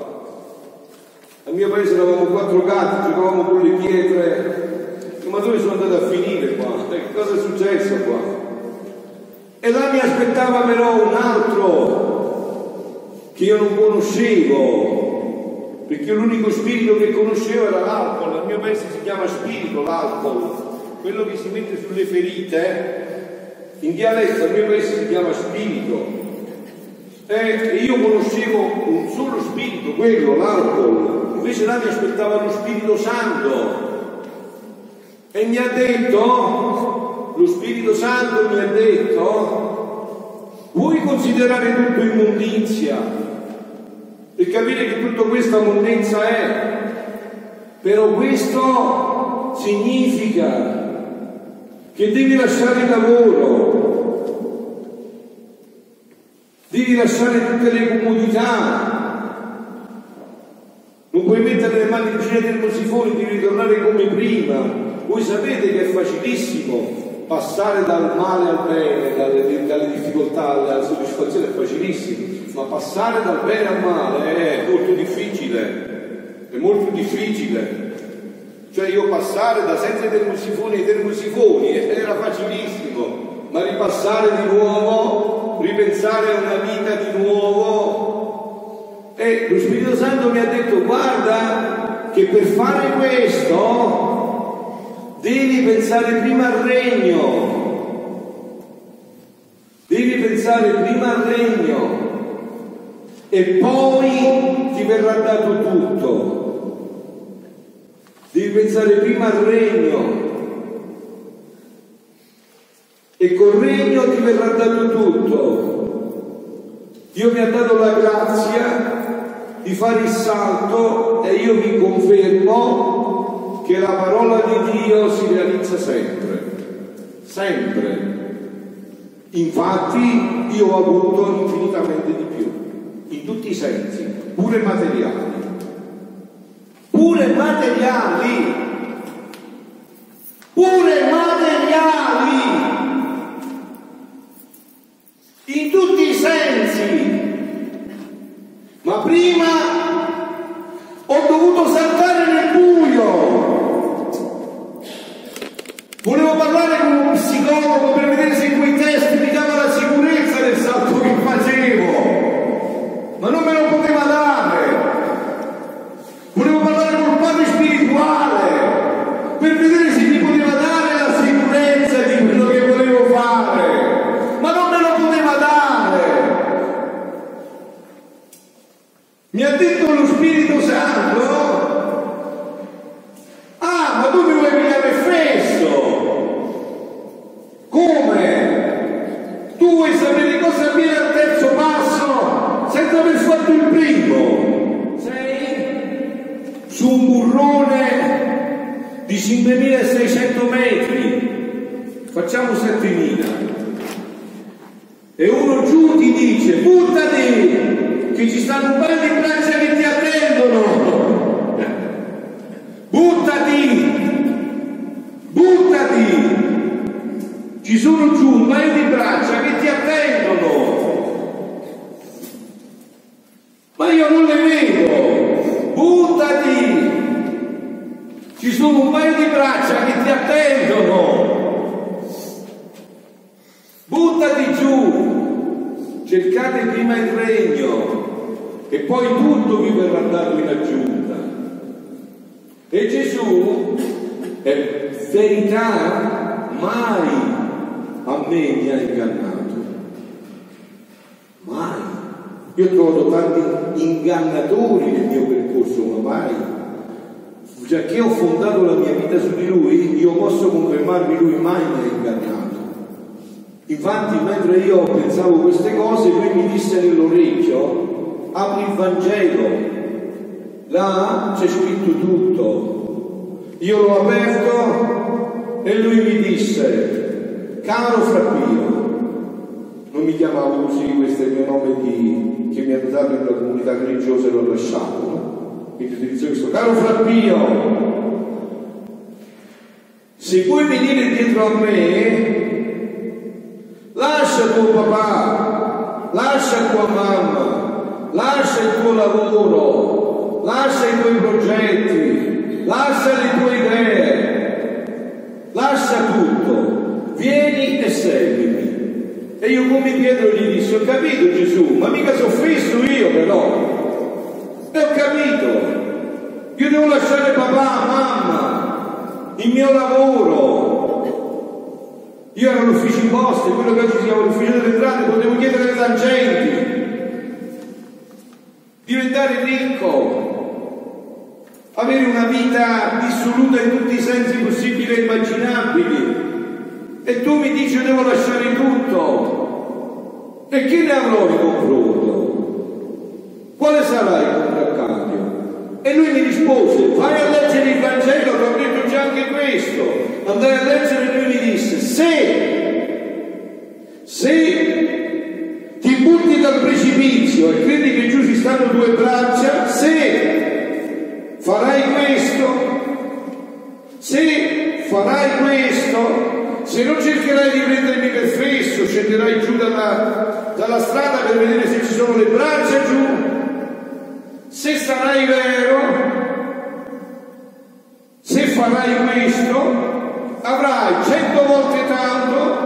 Al mio paese eravamo quattro gatti, giocavamo con le pietre. Ma dove sono andato a finire qua? Che cosa è successo qua? E là mi aspettava però un altro che io non conoscevo, perché l'unico spirito che conoscevo era l'alcol. Al mio paese si chiama spirito l'alcol, quello che si mette sulle ferite, in dialetto al mio paese si chiama spirito, e io conoscevo un solo spirito, quello, l'alcol. Invece là mi aspettava lo Spirito Santo e mi ha detto, lo Spirito Santo mi ha detto, vuoi considerare tutto immondizia e capire che tutta questa mondezza è, però questo significa che devi lasciare il lavoro, devi lasciare tutte le comodità, non puoi mettere le mani in giro del termosifone, devi ritornare come prima. Voi sapete che è facilissimo passare dal male al bene, dalle, dalle difficoltà alla soddisfazione, è facilissimo, ma passare dal bene al male è molto difficile, è molto difficile. Cioè io passare da senza i termosifoni ai termosifoni era facilissimo, ma ripassare di nuovo, ripensare a una vita di nuovo. E lo Spirito Santo mi ha detto, guarda che per fare questo devi pensare prima al regno, devi pensare prima al regno e poi ti verrà dato tutto. Devi pensare prima al regno e col regno ti verrà dato tutto. Dio mi ha dato la grazia di fare il salto e io vi confermo che la parola di Dio si realizza sempre, sempre. Infatti io ho avuto infinitamente di più, in tutti i sensi, pure materiali. Pure materiali, pure materiali, in tutti i sensi. Ma prima ho dovuto saltare nel buio. Volevo parlare con uno psicologo per vedere se quei test mi dava la sicurezza del salto che facevo, ma non me lo poteva dare. Volevo parlare con il padre spirituale per vedere se mi poteva dare la sicurezza di quello che volevo fare, ma non me lo poteva dare. Mi ha detto lo Spirito Santo: ah, ma tu mi vuoi pigliare fesso? Come? Tu vuoi sapere cosa avviene al terzo passo senza aver fatto il primo? Sei su un burrone di cinquemilaseicento metri, facciamo settemila, e uno giù ti dice: buttati, che ci stanno un paio di braccia che ti attendono, buttati, buttati, ci sono giù un paio di braccia che ti attendono, ma io non le vedo, buttati, ci sono un paio di braccia che ti attendono, buttati giù, cercate prima il regno e poi tutto vi verrà dato in aggiunta. E Gesù è verità, mai a me mi ha ingannato, mai. Io ho trovato tanti ingannatori nel mio percorso, ma mai, già che ho fondato la mia vita su di lui, io posso confermarvi: lui mai mi ha ingannato. Infatti, mentre io pensavo queste cose, lui mi disse nell'orecchio: apri il Vangelo, là c'è scritto tutto. Io l'ho aperto e lui mi disse: caro Frappio, non mi chiamavo così, questo è il mio nome di, che mi hanno dato in una comunità religiosa e l'ho lasciato, no? Quindi utilizzo questo: caro Frappio, se vuoi venire dietro a me, lascia tuo papà, lascia tua mamma, lascia il tuo lavoro, lascia i tuoi progetti, lascia le tue idee, lascia tutto, vieni e seguimi. E io come Pietro gli dissi: ho capito Gesù, ma mica sono offeso io però, e ho capito, io devo lasciare papà, mamma, il mio lavoro. Io ero all'ufficio imposte, quello che oggi si chiama l'ufficio delle entrate, potevo chiedere le tangenti, diventare ricco, avere una vita dissoluta in tutti i sensi possibili e immaginabili. E tu mi dici: io devo lasciare tutto, e che ne avrò in confronto? Quale sarà il contraccambio? E lui mi rispose: vai a leggere il Vangelo, ti ho detto già anche questo. Andai a leggere e lui mi disse: se, se ti butti dal precipizio e credi che giù ci stanno due braccia, se farai questo, se farai questo, se non cercherai di prendermi per fesso, scenderai giù dalla, dalla strada per vedere se ci sono le braccia giù, se sarai vero, se farai questo, avrai cento volte tanto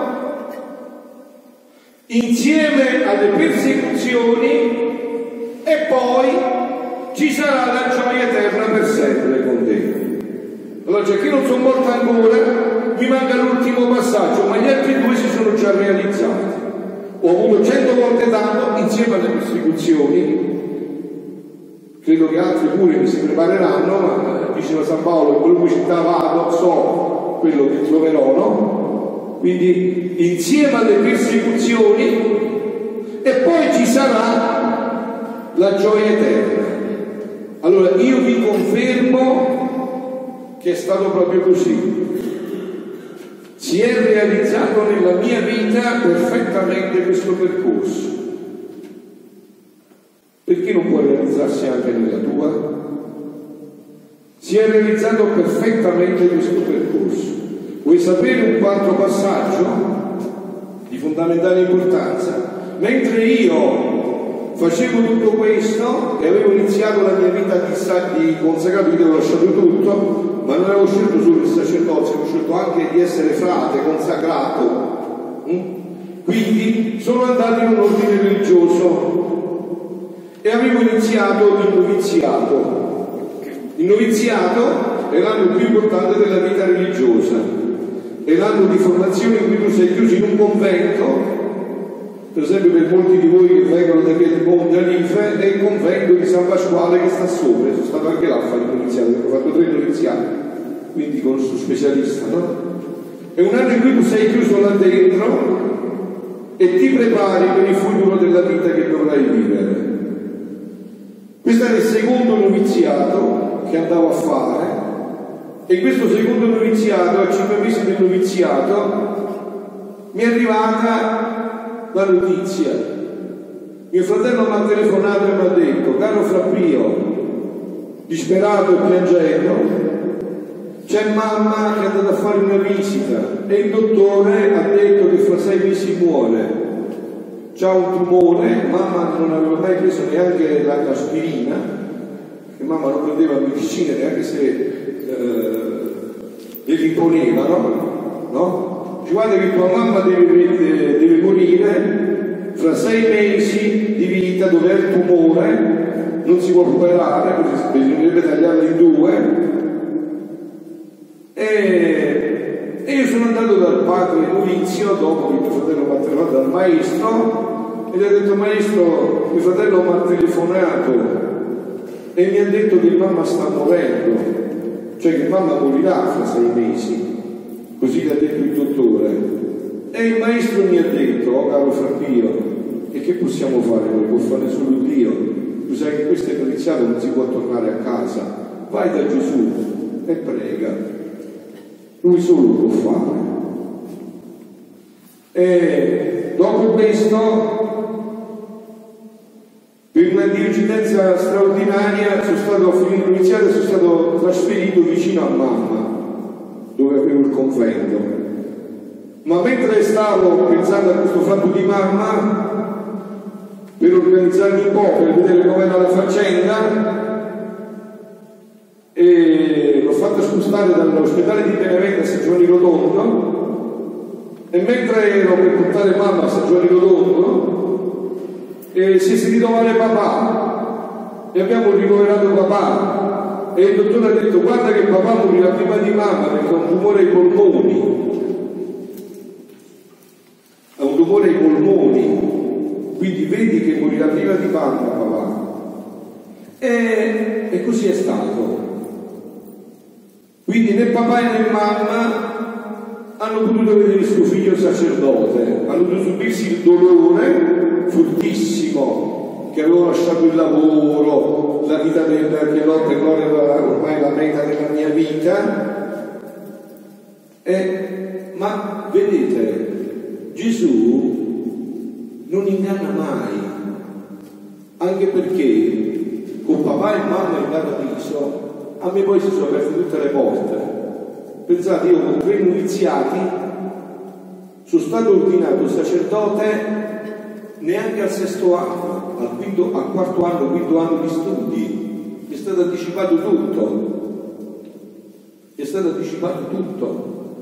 insieme alle persecuzioni, e poi ci sarà la gioia eterna per sempre con te. Allora, già che non sono morto ancora, mi manca l'ultimo passaggio, ma gli altri due si sono già realizzati. Ho avuto cento volte tanto insieme alle persecuzioni. Credo che altri pure mi si prepareranno, ma diceva San Paolo: in qualunque città vado, so quello che troverò, no? Quindi insieme alle persecuzioni, e poi ci sarà la gioia eterna. Allora io vi confermo che è stato proprio così. si è realizzato nella mia vita perfettamente questo percorso. Perché non può realizzarsi anche nella tua? Si è realizzato perfettamente questo percorso. Vuoi sapere un quarto passaggio di fondamentale importanza? Mentre io facevo tutto questo e avevo iniziato la mia vita di, di consacrato, io avevo lasciato tutto, ma non avevo scelto solo il sacerdozio, avevo scelto anche di essere frate, consacrato. Quindi sono andato in un ordine religioso e avevo iniziato il noviziato. Il noviziato è l'anno più importante della vita religiosa, è l'anno di formazione in cui tu sei chiuso in un convento. Per esempio, per molti di voi che vengono da Piedimonte a Life è il convento di San Pasquale che sta sopra. Sono stato anche là a fare il noviziato, perché ho fatto tre noviziati, quindi conosco specialista, no? È un anno in cui tu sei chiuso là dentro e ti prepari per il futuro della vita che dovrai vivere. Questo era il secondo noviziato che andavo a fare, e questo secondo noviziato, a cinque mesi del noviziato, mi è arrivata la notizia. Mio fratello mi ha telefonato e mi ha detto: caro Frappio, disperato e piangendo, c'è mamma che è andata a fare una visita e il dottore ha detto che fra sei mesi muore. C'ha un tumore, mamma non aveva mai preso neanche l'aspirina, che mamma non prendeva medicine neanche se eh, glieli imponevano, no? Ci guarda che tua mamma deve, deve morire fra sei mesi di vita, dove è il tumore, non si può operare, perché bisognerebbe tagliarla in due. E, e io sono andato dal padre novizio, dopo che mio fratello mi ha telefonato, dal maestro, e gli ho detto: maestro, mio fratello mi ha telefonato e mi ha detto che mamma sta morendo, cioè che mamma morirà fra sei mesi, così gli ha detto il dottore. E il maestro mi ha detto: oh caro Frappio, e che possiamo fare? Non può fare solo Dio. Tu sai che questo è noviziato, non si può tornare a casa, vai da Gesù e prega, lui solo può fare. E dopo questo, per una dirigenza straordinaria, sono stato a finire l'iniziato e sono stato trasferito vicino a mamma, dove avevo il convento. Ma mentre stavo pensando a questo fatto di mamma, per organizzarmi un po', per vedere com'era la faccenda, e l'ho fatta spostare dall'ospedale di Benevento a San Giovanni Rotondo, e mentre ero per portare mamma a San Giovanni Rotondo eh, si è sentito male papà e abbiamo ricoverato papà, e il dottore ha detto: guarda che papà morirà prima di mamma perché ha un tumore ai polmoni, ha un tumore ai polmoni, quindi vedi che morirà prima di mamma papà. E, e così è stato. Quindi né papà né mamma hanno potuto vedere il suo figlio sacerdote, hanno dovuto subirsi il dolore fortissimo che avevo lasciato il lavoro, la vita del che lotta e gloria era ormai la meta della mia vita. E, ma vedete, Gesù non inganna mai, anche perché con papà e mamma in paradiso a me poi si sono aperte tutte le porte. Pensate, io con tre noviziati sono stato ordinato sacerdote neanche al sesto anno, al, quinto, al quarto anno, quinto anno di studi. È stato anticipato tutto, è stato anticipato tutto.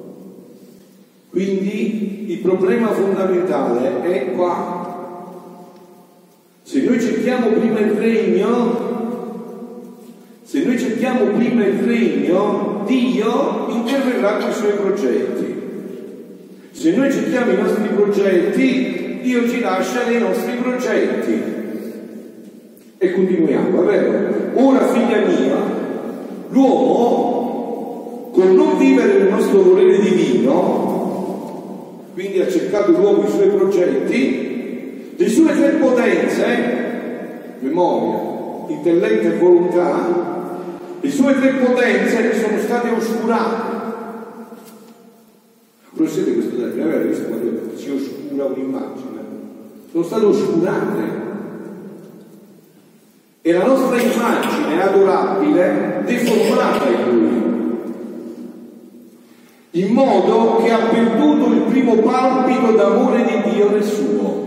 Quindi il problema fondamentale è qua. Se noi cerchiamo prima il regno, Se noi cerchiamo prima il regno, Dio interverrà con i suoi progetti. Se noi cerchiamo i nostri progetti, Dio ci lascia nei nostri progetti. E continuiamo, va bene? Ora, figlia mia, l'uomo, col non vivere nel nostro volere divino, quindi ha cercato l'uomo i suoi progetti, le sue tre potenze, memoria, intelletto e volontà, le sue tre potenze sono state oscurate. Conoscete questo da avete visto quando si oscura un'immagine? Sono state oscurate. E la nostra immagine adorabile deformata in lui, in modo che ha perduto il primo palpito d'amore di Dio nel suo.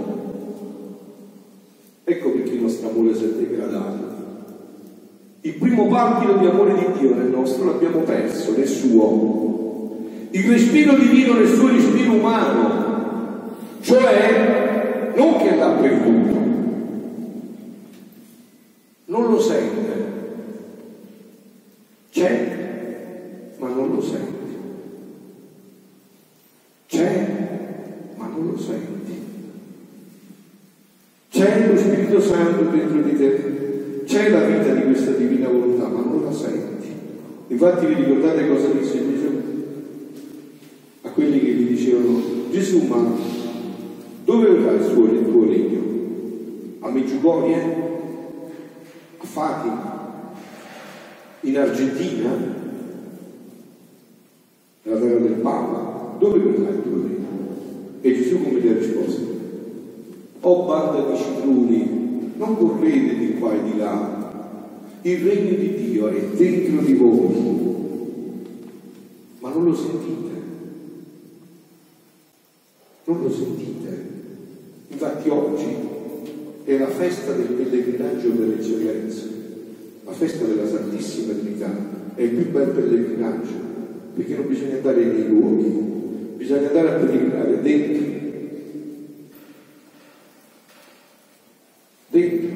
Ecco perché il nostro amore si è degradato. Il primo palpito di amore di Dio nel nostro l'abbiamo perso, nel suo. Il respiro divino nel suo respiro umano, cioè non che l'ha perduto, non lo sente, c'è ma non lo senti, c'è ma non lo senti, c'è lo Spirito Santo dentro di te, c'è la vita di questa divina volontà ma non la senti. Infatti vi ricordate cosa disse Gesù a quelli che gli dicevano: Gesù, ma dove verrà il suo il tuo regno? A Medjugorje? A Fatima? In Argentina? Nella terra del Papa? Dove verrà il tuo regno? E Gesù come gli ha risposto: o banda di citruni, non correte di qua e di là, il regno di Dio è dentro di voi, ma non lo sentite, non lo sentite. Infatti oggi è la festa del pellegrinaggio per eccellenza, la festa della Santissima Trinità, è il più bel pellegrinaggio, perché non bisogna andare nei luoghi, bisogna andare a pellegrinare dentro, dentro.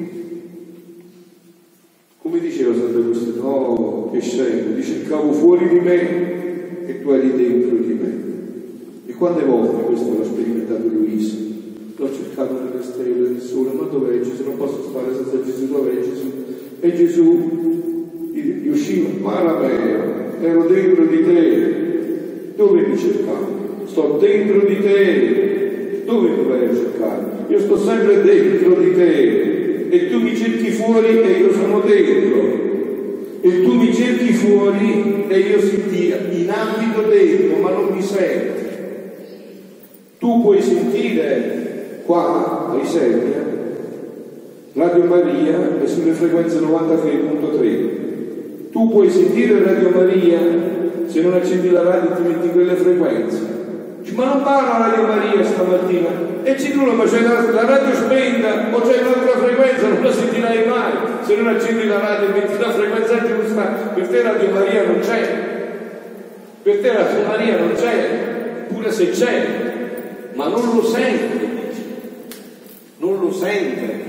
Come diceva Sant'Agostino, no, che scemo, dice: cavo fuori di me e tu eri dentro di me. E quante volte questo l'ha sperimentato Luisa? L'ho cercato nelle stelle, nel sole, ma dov'è Gesù? Non posso stare senza Gesù, dov'è Gesù? E Gesù gli usciva: Maraveo, ero dentro di te, dove mi cercavi? Sto dentro di te, dove mi vai a cercare? Io sto sempre dentro di te, e tu mi cerchi fuori e io sono dentro, e tu mi cerchi fuori e io senti in ambito dentro, ma non mi senti. Tu puoi sentire qua ai Serbia, Radio Maria è sulle frequenze novantatré virgola tre. Tu puoi sentire Radio Maria se non accendi la radio e ti metti quelle frequenze. Ma non parla Radio Maria stamattina, e ci dicono: ma c'è la, la radio spenta o c'è un'altra frequenza, non la sentirai mai se non accendi la radio e metti la frequenza giusta. Per te Radio Maria non c'è, per te Radio Maria non c'è, pure se c'è, ma non lo sente, non lo sente,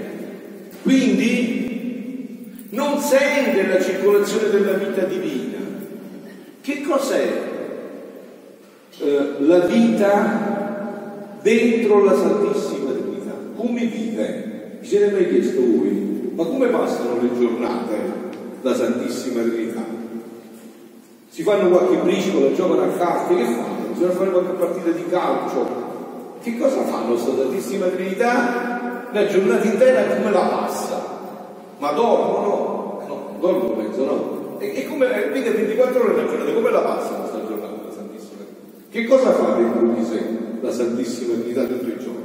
quindi non sente la circolazione della vita divina. Che cos'è la vita dentro la Santissima Trinità? Come vive? Vi siete mai chiesto voi? Ma come passano le giornate la Santissima Trinità? Si fanno qualche briscola, giocano a carte, che fanno? Bisogna fare qualche partita di calcio. Che cosa fanno sta Santissima Trinità? La giornata intera come la passa? Ma dormono? No, dormono penso, no? E, e come quindi ventiquattro ore la giornata, come la passa questa giornata? Che cosa fa dentro di sé la Santissima Trinità tutto il giorno?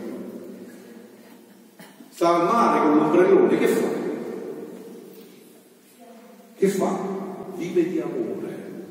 Sta al mare con l'ombrellone, che fa? Che fa? Vive di amore.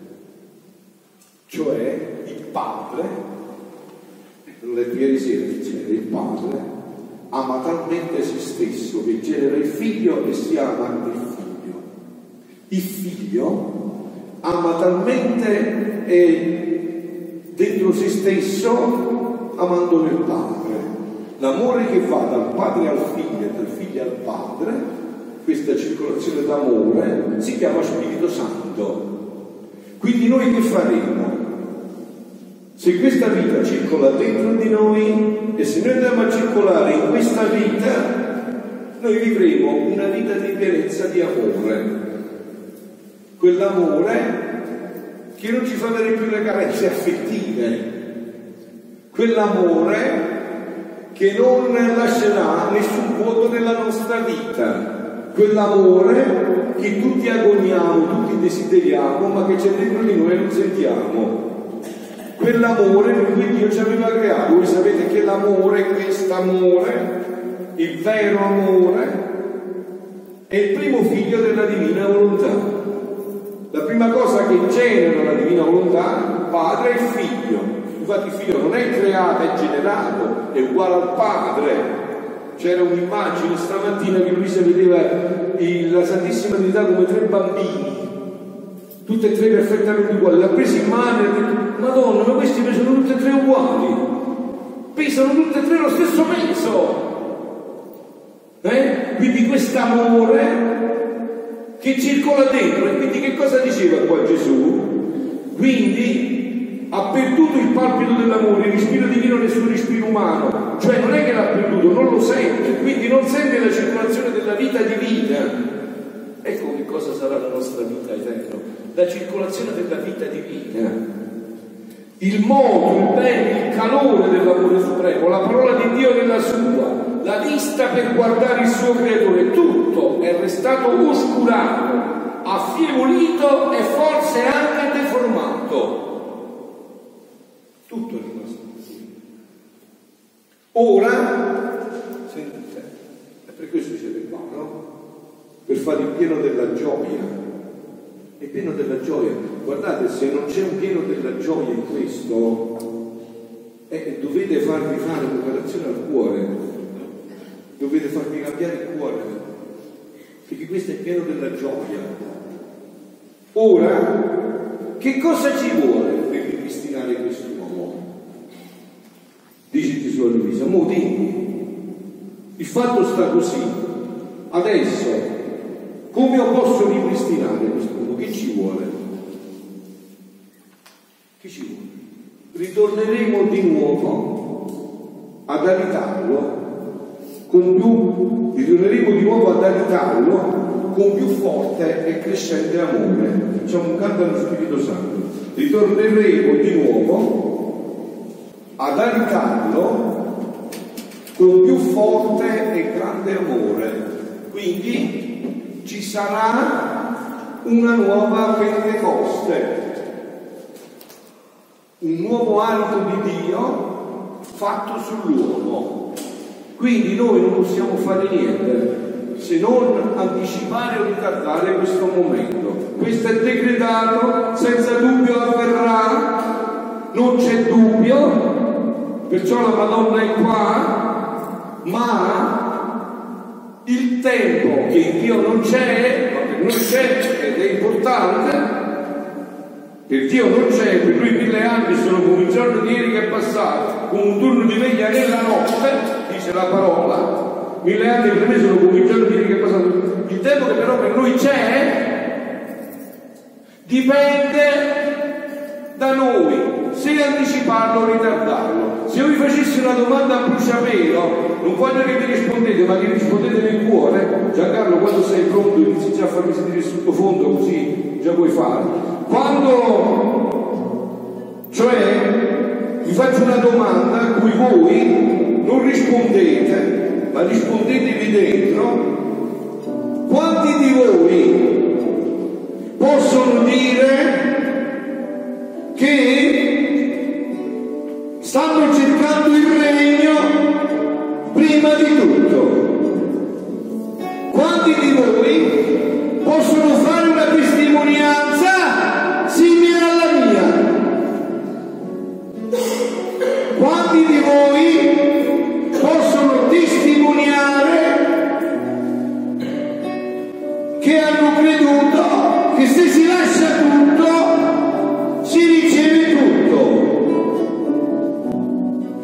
Cioè il Padre, l'ho letto ieri sera, il Padre ama talmente se stesso che genera il Figlio e si ama il Figlio. Il Figlio ama talmente e dentro se stesso amando il Padre. L'amore che va dal Padre al Figlio e dal Figlio al Padre, questa circolazione d'amore si chiama Spirito Santo. Quindi noi che faremo? Se questa vita circola dentro di noi e se noi andiamo a circolare in questa vita, noi vivremo una vita di pienezza di amore, quell'amore che non ci fa avere più le carenze affettive, quell'amore che non lascerà nessun vuoto nella nostra vita, quell'amore che tutti agoniamo, tutti desideriamo, ma che c'è dentro di noi e non sentiamo. quell'amore per cui Dio ci aveva creato. Voi sapete che l'amore, quest'amore, il vero amore, è il primo figlio della divina volontà. La prima cosa che genera la divina volontà, il padre e il figlio. Infatti il figlio non è creato, è generato, è uguale al padre. C'era un'immagine stamattina che Luisa vedeva il, la Santissima Trinità come tre bambini, tutti e tre perfettamente uguali. L'ha presi in mano e ha detto: Madonna, ma questi pesano tutti e tre uguali, pesano tutti e tre lo stesso peso. Eh? Quindi quest'amore che circola dentro. E quindi che cosa diceva qua Gesù? Quindi ha perduto il palpito dell'amore, il respiro divino nel suo respiro umano, cioè non è che l'ha perduto, non lo sente, quindi non sente la circolazione della vita divina. Ecco che cosa sarà la nostra vita eterna, la circolazione della vita divina, il modo, il bene, il calore dell'amore supremo, la parola di Dio nella sua, la vista per guardare il suo creatore. Tutto è restato oscurato, affievolito e forse anche deformato. Tutto è rimasto così. Ora, sentite, è per questo siete qua, no? Per fare il pieno della gioia. È pieno della gioia. Guardate, se non c'è un pieno della gioia in questo, eh, dovete farvi fare un'operazione al cuore, dovete farvi cambiare il cuore, perché questo è pieno della gioia. Ora, che cosa ci vuole per ripristinare questo uomo? Dice Gesù a Luisa: mo dimmi, il fatto sta così, adesso come io posso ripristinare questo uomo? Che ci vuole? Che ci vuole? Ritorneremo di nuovo ad abitarlo con più, ritorneremo di nuovo ad abitarlo con più forte e crescente amore. Facciamo un canto allo Spirito Santo. Ritorneremo di nuovo ad abitarlo con più forte e grande amore. Quindi ci sarà una nuova Pentecoste, un nuovo alito di Dio fatto sull'uomo. Quindi noi non possiamo fare niente se non anticipare o ritardare questo momento. Questo è decretato, senza dubbio avverrà, non c'è dubbio, perciò la Madonna è qua, ma il tempo che in Dio non c'è, ma per noi c'è ed è importante. Per Dio non c'è, per lui mille anni sono come il giorno di ieri che è passato, come un turno di veglia nella notte, dice la parola. Mille anni per me sono come il giorno di ieri che è passato. Il tempo che però per noi c'è dipende da noi, se anticiparlo o ritardarlo. Se io vi facessi una domanda a bruciapelo, non voglio che vi rispondete, ma che rispondete nel cuore. Giancarlo, quando sei pronto inizi già a farmi sentire il sottofondo, così già puoi farlo. Quando, cioè, vi faccio una domanda a cui voi non rispondete, ma rispondetevi dentro. Quanti di voi possono dire che stanno cercando il regno prima di tutto? Quanti di voi possono fare una testimonianza simile alla mia? Quanti di voi possono testimoniare che hanno creduto che se si lascia tutto si riceve tutto?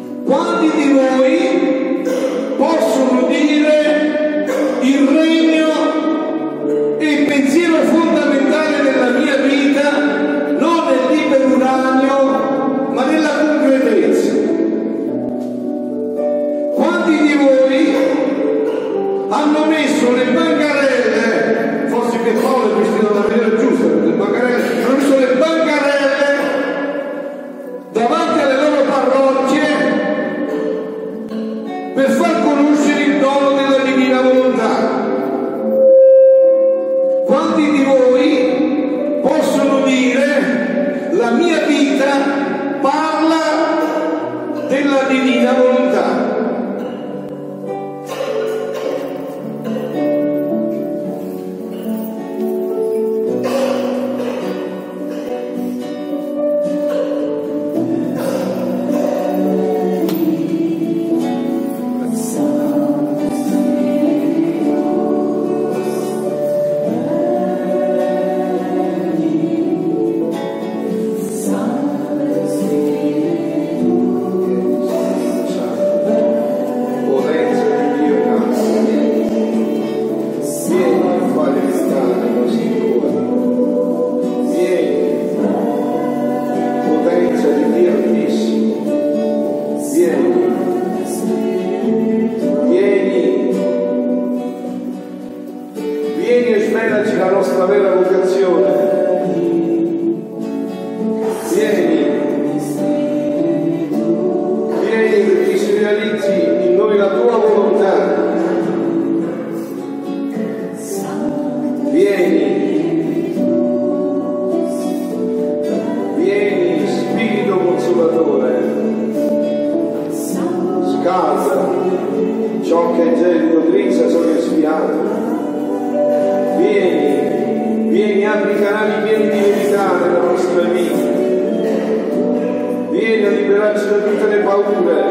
canali pieni di verità nella nostra vita. Vieni a liberarci da tutte le paure,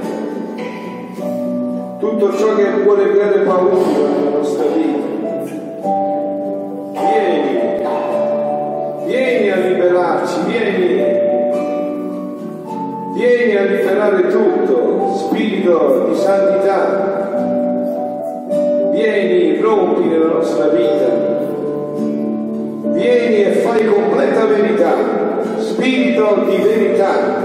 tutto ciò che vuole creare paura nella nostra vita. Vieni, vieni a liberarci, vieni, vieni a liberare tutto, spirito di santità. Vieni, rompi nella nostra vita. Vieni e fai completa verità, spirito di verità.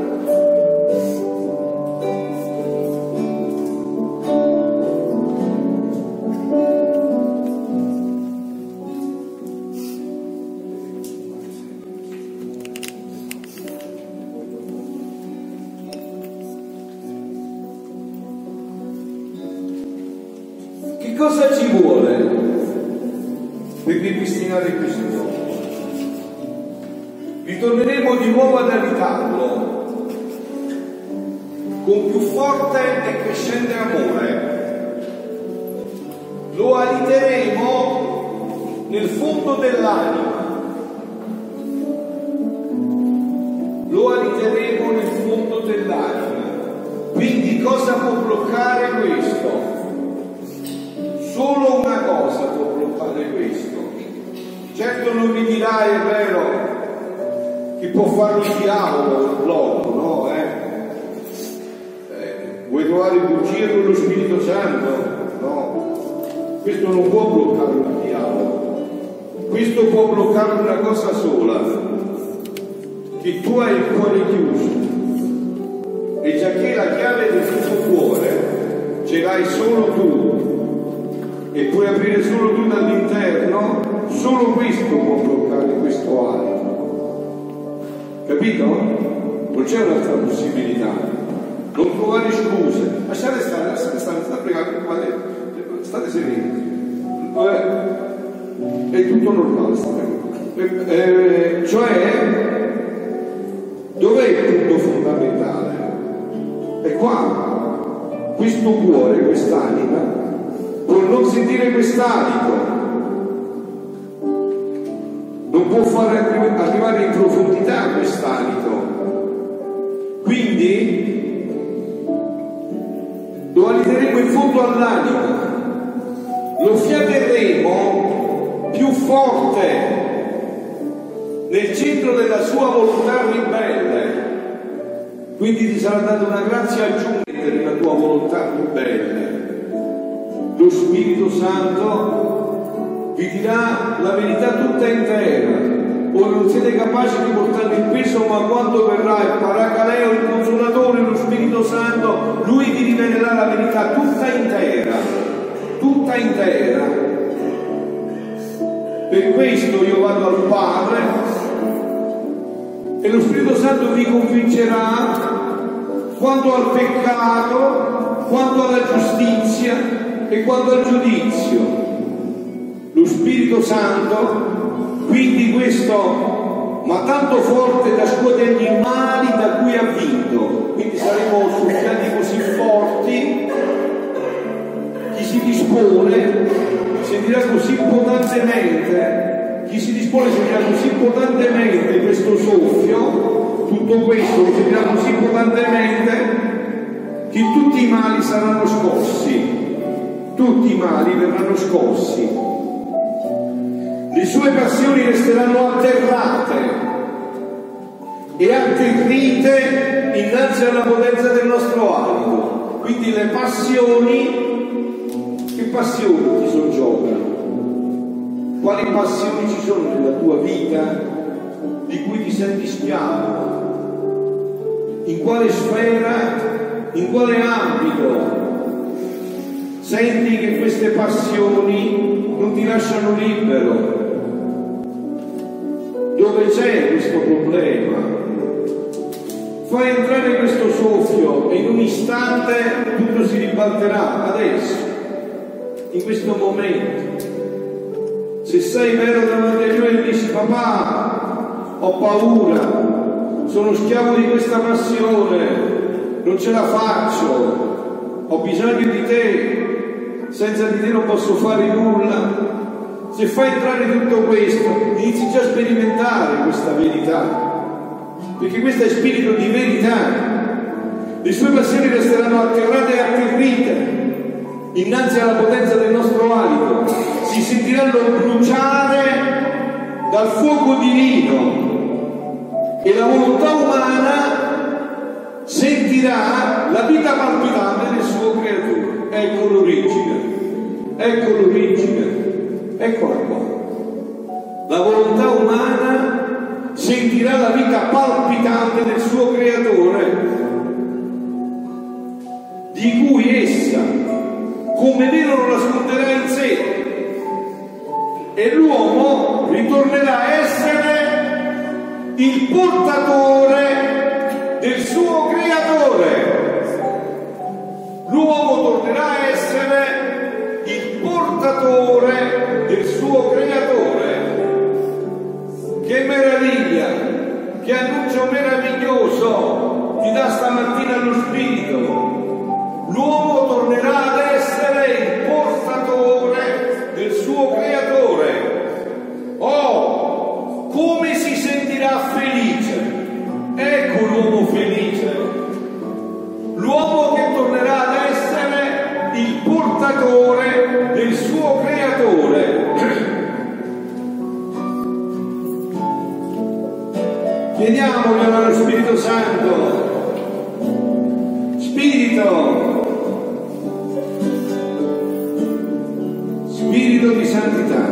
Che cosa ci vuole per ripristinare questo mondo? Ritorneremo di nuovo ad abitarlo con più forte e crescente amore. Lo abiteremo nel fondo dell'anima. Lo abiteremo nel fondo dell'anima. Quindi cosa può bloccare questo? Solo una cosa può bloccare questo. Certo non mi dirai, è vero, che può farlo il diavolo il blocco, no? Eh? Eh, vuoi trovare bugie con lo Spirito Santo? No. Questo non può bloccarlo il diavolo. Questo può bloccarlo una cosa sola, che tu hai il cuore chiuso. E già che la chiave del tuo cuore ce l'hai solo tu, e puoi aprire solo tu dall'interno, solo questo può bloccare questo alito. Capito? Non c'è un'altra possibilità. Non trovare scuse. Lasciate stare, lasciate stare, state pregando, state sereni. È tutto normale, state. Eh, cioè, dov'è il punto fondamentale? È qua. Questo cuore, quest'anima, può non sentire quest'alito, non può far arrivare in profondità quest'alito, quindi lo aliteremo in fondo all'anima, lo fiateremo più forte nel centro della sua volontà ribelle, quindi ti sarà data una grazia aggiunta nella tua volontà ribelle. Lo Spirito Santo vi dirà la verità tutta intera. Ora non siete capaci di portare il peso, ma quando verrà il Paracaleo, il Consolatore, lo Spirito Santo, Lui vi rivelerà la verità tutta intera, tutta intera. Per questo io vado al Padre e lo Spirito Santo vi convincerà quanto al peccato, quanto alla giustizia e quanto al giudizio. Lo Spirito Santo, quindi questo, ma tanto forte da scuotergli i mali da cui ha vinto, quindi saremo soffiati così forti, chi si dispone sentirà così potentemente, chi si dispone sentirà così potentemente questo soffio, tutto questo lo sentirà così potentemente che tutti i mali saranno scossi. Tutti i mali verranno scossi, le sue passioni resteranno atterrate e atterrite innanzi alla potenza del nostro alito. Quindi le passioni, che passioni ti soggiogano? Quali passioni ci sono nella tua vita di cui ti senti schiavo? In quale sfera, in quale ambito senti che queste passioni non ti lasciano libero? Dove c'è questo problema? Fai entrare questo soffio e in un istante tutto si ribalterà, adesso, in questo momento. Se sei vero davanti a Dio e dici: papà, ho paura, sono schiavo di questa passione, non ce la faccio, ho bisogno di te, senza di te non posso fare nulla, se fai entrare tutto questo, inizi già a sperimentare questa verità, perché questo è spirito di verità. Le sue passioni resteranno atterrate e atterrite innanzi alla potenza del nostro alito, si sentiranno bruciare dal fuoco divino e la volontà umana sentirà la vita palpitante del suo creatore. Ecco l'origine, ecco l'origine, eccola qua. La volontà umana sentirà la vita palpitante del suo creatore, di cui essa come vero lo nasconderà in sé, e l'uomo ritornerà a essere il portatore del suo creatore. L'uomo tornerà a essere il portatore del suo creatore. Che meraviglia, che annuncio meraviglioso ti dà stamattina lo Spirito. L'uomo tornerà ad essere il portatore del suo creatore. Oh, come si sentirà felice! Ecco l'uomo felice, l'uomo che tornerà ad essere il portatore del suo creatore. Chiediamogli allo Spirito Santo: Spirito, Spirito di santità,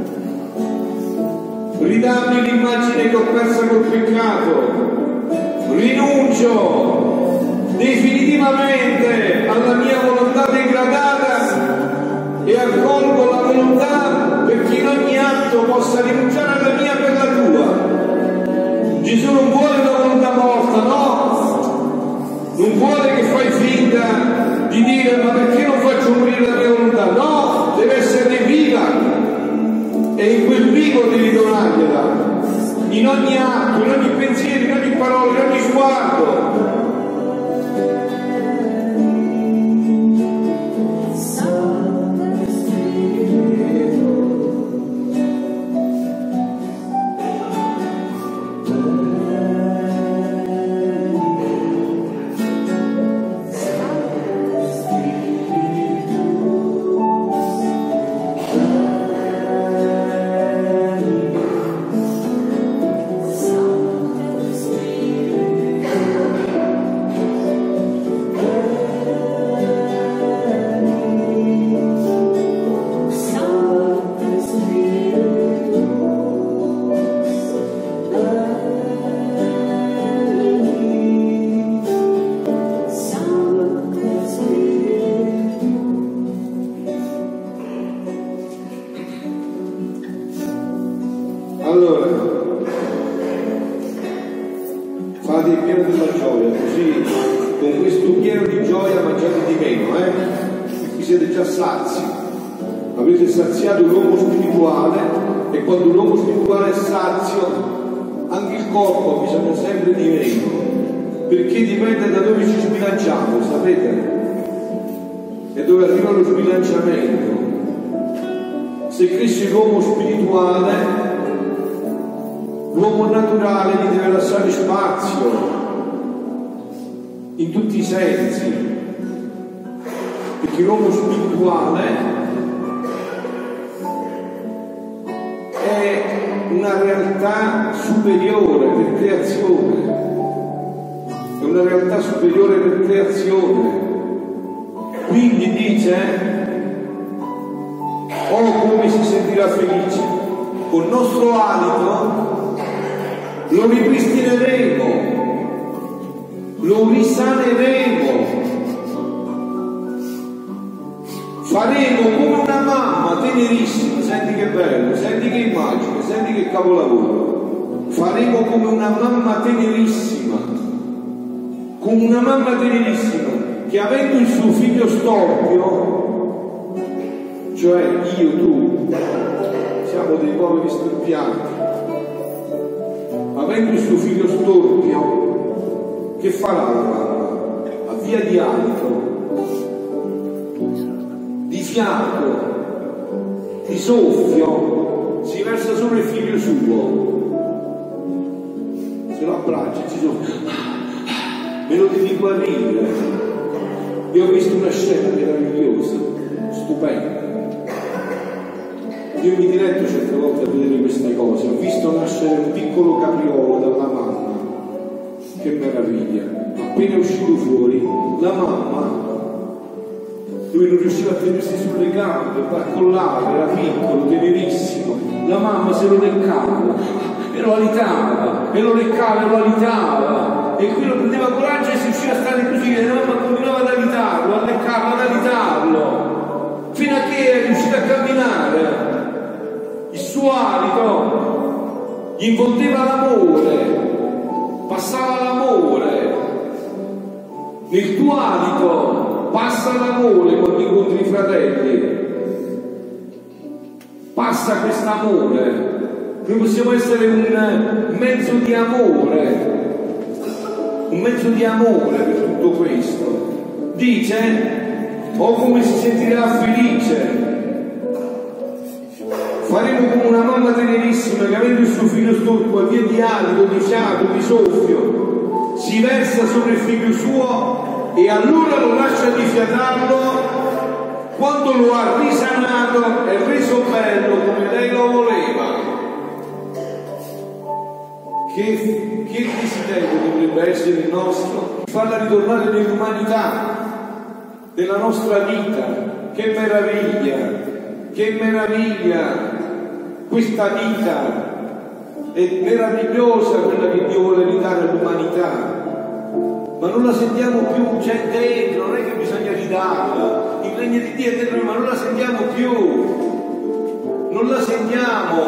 ridammi l'immagine che ho persa col peccato, rinuncio definitivamente alla mia volontà degradata e accolgo la volontà perché in ogni atto possa rinunciare alla mia per la tua. Gesù non vuole una volontà morta, no, non vuole che fai finta di dire ma perché non faccio morire la mia volontà, no, deve essere viva e in quel vivo devi donargliela in ogni atto, in ogni pensiero, in ogni parola, in ogni sguardo. Allora, fate il pieno della gioia, così con questo pieno di gioia mangiate di meno, eh? Perché siete già sazi, avete saziato l'uomo spirituale e quando l'uomo spirituale è sazio anche il corpo ha bisogno sempre di meno, perché dipende da dove ci sbilanciamo, sapete? E dove arriva lo sbilanciamento. Se cresce l'uomo spirituale, l'uomo naturale gli deve lasciare spazio in tutti i sensi, perché l'uomo spirituale è una realtà superiore per creazione, è una realtà superiore per creazione. Quindi dice: oh, come si sentirà felice, col nostro alito lo ripristineremo, lo risaneremo, faremo come una mamma tenerissima. Senti che bello, senti che immagine, senti che capolavoro. Faremo come una mamma tenerissima, come una mamma tenerissima che, avendo il suo figlio storpio, cioè io, tu, siamo dei poveri storpiati, avendo il suo figlio storpio, che farà la mamma? A via di alito, di fianco, di soffio si versa solo il figlio suo. Se lo abbraccia ci sono, me lo devi guarire. Io ho visto una scena meravigliosa, stupenda. Io mi diletto certe volte a vedere queste cose. Ho visto nascere un piccolo capriolo dalla mamma. Che meraviglia! Appena è uscito fuori, la mamma, lui non riusciva a tenersi sulle gambe, barcollava, era piccolo, tenerissimo. La mamma se lo leccava e lo alitava, e lo leccava e lo alitava. E quello prendeva coraggio e si riusciva a stare così, e la mamma continuava ad alitarlo, a leccarlo, ad alitarlo, fino a che è riuscito a camminare. Il suo alito gli involteva l'amore, passava l'amore. Nel tuo alito passa l'amore quando incontri i fratelli, passa quest'amore. Noi possiamo essere un mezzo di amore, un mezzo di amore per tutto questo. Dice, o come si sentirà felice. Faremo come una mamma tenerissima che avendo il suo figlio storto a via di alito, di fiato, di soffio, si versa sopra il figlio suo e allora lo lascia di fiatarlo quando lo ha risanato e reso bello come lei lo voleva. Che, che desiderio dovrebbe essere il nostro? Farla ritornare nell'umanità della nostra vita. Che meraviglia, che meraviglia! Questa vita è meravigliosa, quella che Dio vuole ridare all'umanità, ma non la sentiamo più, c'è dentro, non è che bisogna ridarla. Il regno di Dio è dentro, ma non la sentiamo più, non la sentiamo,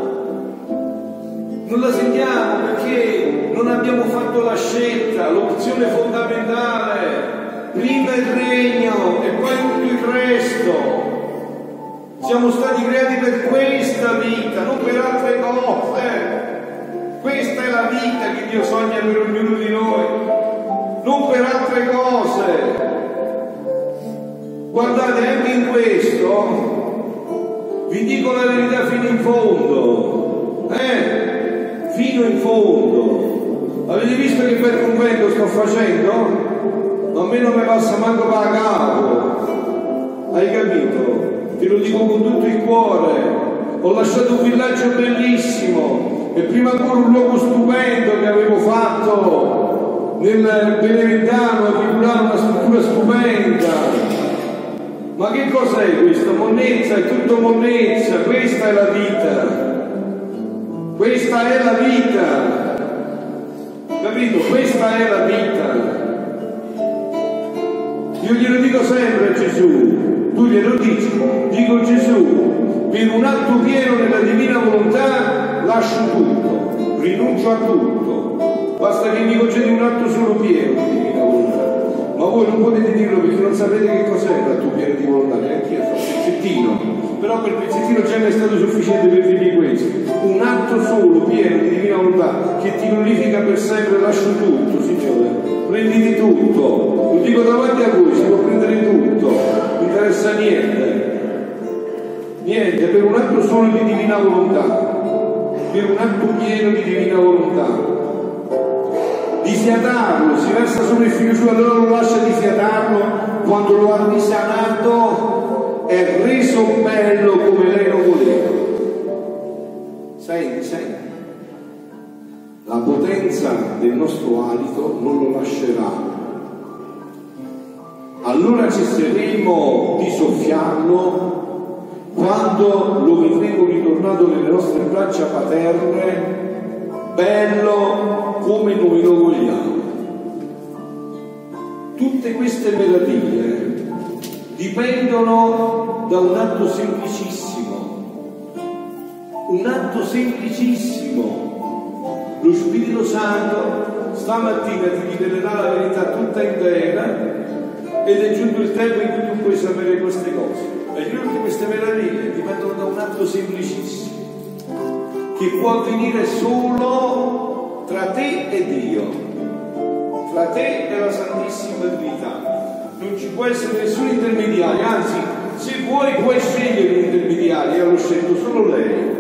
non la sentiamo perché non abbiamo fatto la scelta, l'opzione fondamentale. Prima il regno e poi tutto il resto. Siamo stati creati per questa vita, non per altre cose. Questa è la vita che Dio sogna per ognuno di noi, non per altre cose. Guardate, anche in questo vi dico la verità fino in fondo, eh? Fino in fondo. Avete visto che bel convento sto facendo? A me non mi passa manco per la capo, hai capito? Te lo dico con tutto il cuore. Ho lasciato un villaggio bellissimo e prima ancora un luogo stupendo che avevo fatto nel Beneventano, a figurare una struttura stupenda. Ma che cos'è questo? Monnezza, è tutto monnezza. Questa è la vita, questa è la vita, capito? Questa è la vita. Io glielo dico sempre a Gesù, tu glielo dici, dico Gesù, per un atto pieno nella divina volontà lascio tutto, rinuncio a tutto, basta che mi concedi un atto solo pieno di divina volontà. Ma voi non potete dirlo perché non sapete che cos'è l'atto pieno di volontà, neanche io so, pezzettino, però per pezzettino già mi è stato sufficiente per dirvi questo, un atto solo pieno di divina volontà che ti glorifica per sempre. Lascio tutto, Signore, prenditi tutto, lo dico davanti a voi, si può prendere tutto, non interessa niente, niente, per un atto solo di divina volontà, per un atto pieno di divina volontà, di fiatarlo, si versa sopra il figlio suo, allora lo lascia di fiatarlo quando lo ha risanato e reso bello come lei lo voleva. Senti, senti, la potenza del nostro alito non lo lascerà. Allora cesseremo di soffiarlo quando lo vedremo ritornato nelle nostre braccia paterne, bello come noi lo vogliamo. Tutte queste meraviglie dipendono da un atto semplicissimo, un atto semplicissimo. Lo Spirito Santo stamattina ti rivelerà la verità tutta intera ed è giunto il tempo in cui tu puoi sapere queste cose. E tutte queste meraviglie dipendono da un atto semplicissimo che può avvenire solo tra te e Dio, tra te e la Santissima Trinità. Non ci può essere nessun intermediario, anzi se vuoi puoi scegliere un intermediario, io l'ho scelto solo lei.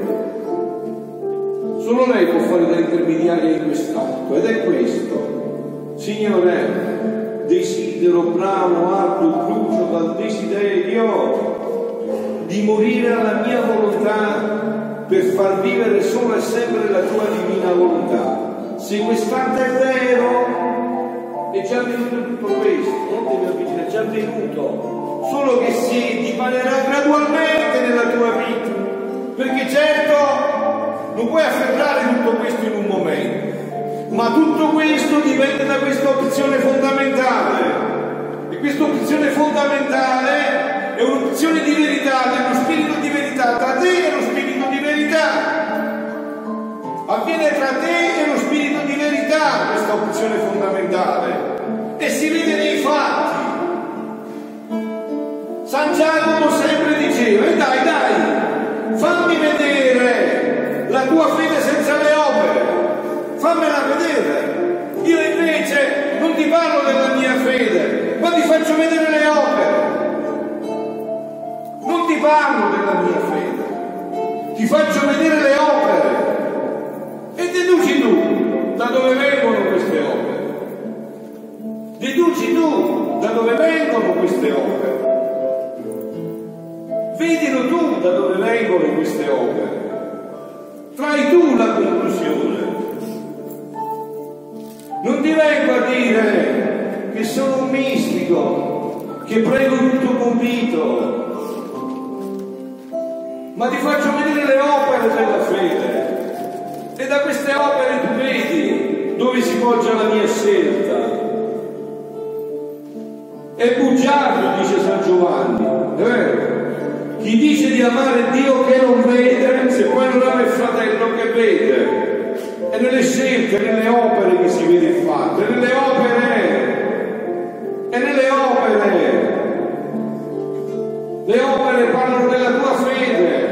Solo lei può fare da intermediaria in quest'atto, ed è questo. Signore, desidero, bramo, arduo, crucio dal desiderio di morire alla mia volontà per far vivere solo e sempre la tua divina volontà. Se quest'atto è vero, è già avvenuto tutto questo, non devi avvicinare, è già avvenuto, solo che si dipanerà gradualmente nella tua vita, perché certo non puoi afferrare tutto questo in un momento, ma tutto questo dipende da questa opzione fondamentale, e questa opzione fondamentale è un'opzione di verità, è uno spirito di verità tra te e lo spirito di verità. Avviene tra te e lo spirito di verità questa opzione fondamentale, e si vede nei fatti. San Giacomo sempre diceva: e dai dai, fammi vedere la tua fede senza le opere, fammela vedere. Io invece non ti parlo della mia fede, ma ti faccio vedere le opere. Non ti parlo della mia fede, ti faccio vedere le opere. E deduci tu da dove vengono queste opere. Deduci tu da dove vengono queste opere. Vedilo tu da dove vengono queste opere. Trai tu la conclusione. Non ti vengo a dire che sono un mistico, che prego tutto convinto, ma ti faccio vedere le opere della fede. E da queste opere tu vedi dove si poggia la mia scelta. È bugiardo, dice San Giovanni, è vero? Chi dice di amare Dio che non vede, se poi non ama il fratello che vede. È nelle scelte, è nelle opere che si vede il fatto, è nelle opere, è nelle opere. Le opere parlano della tua fede.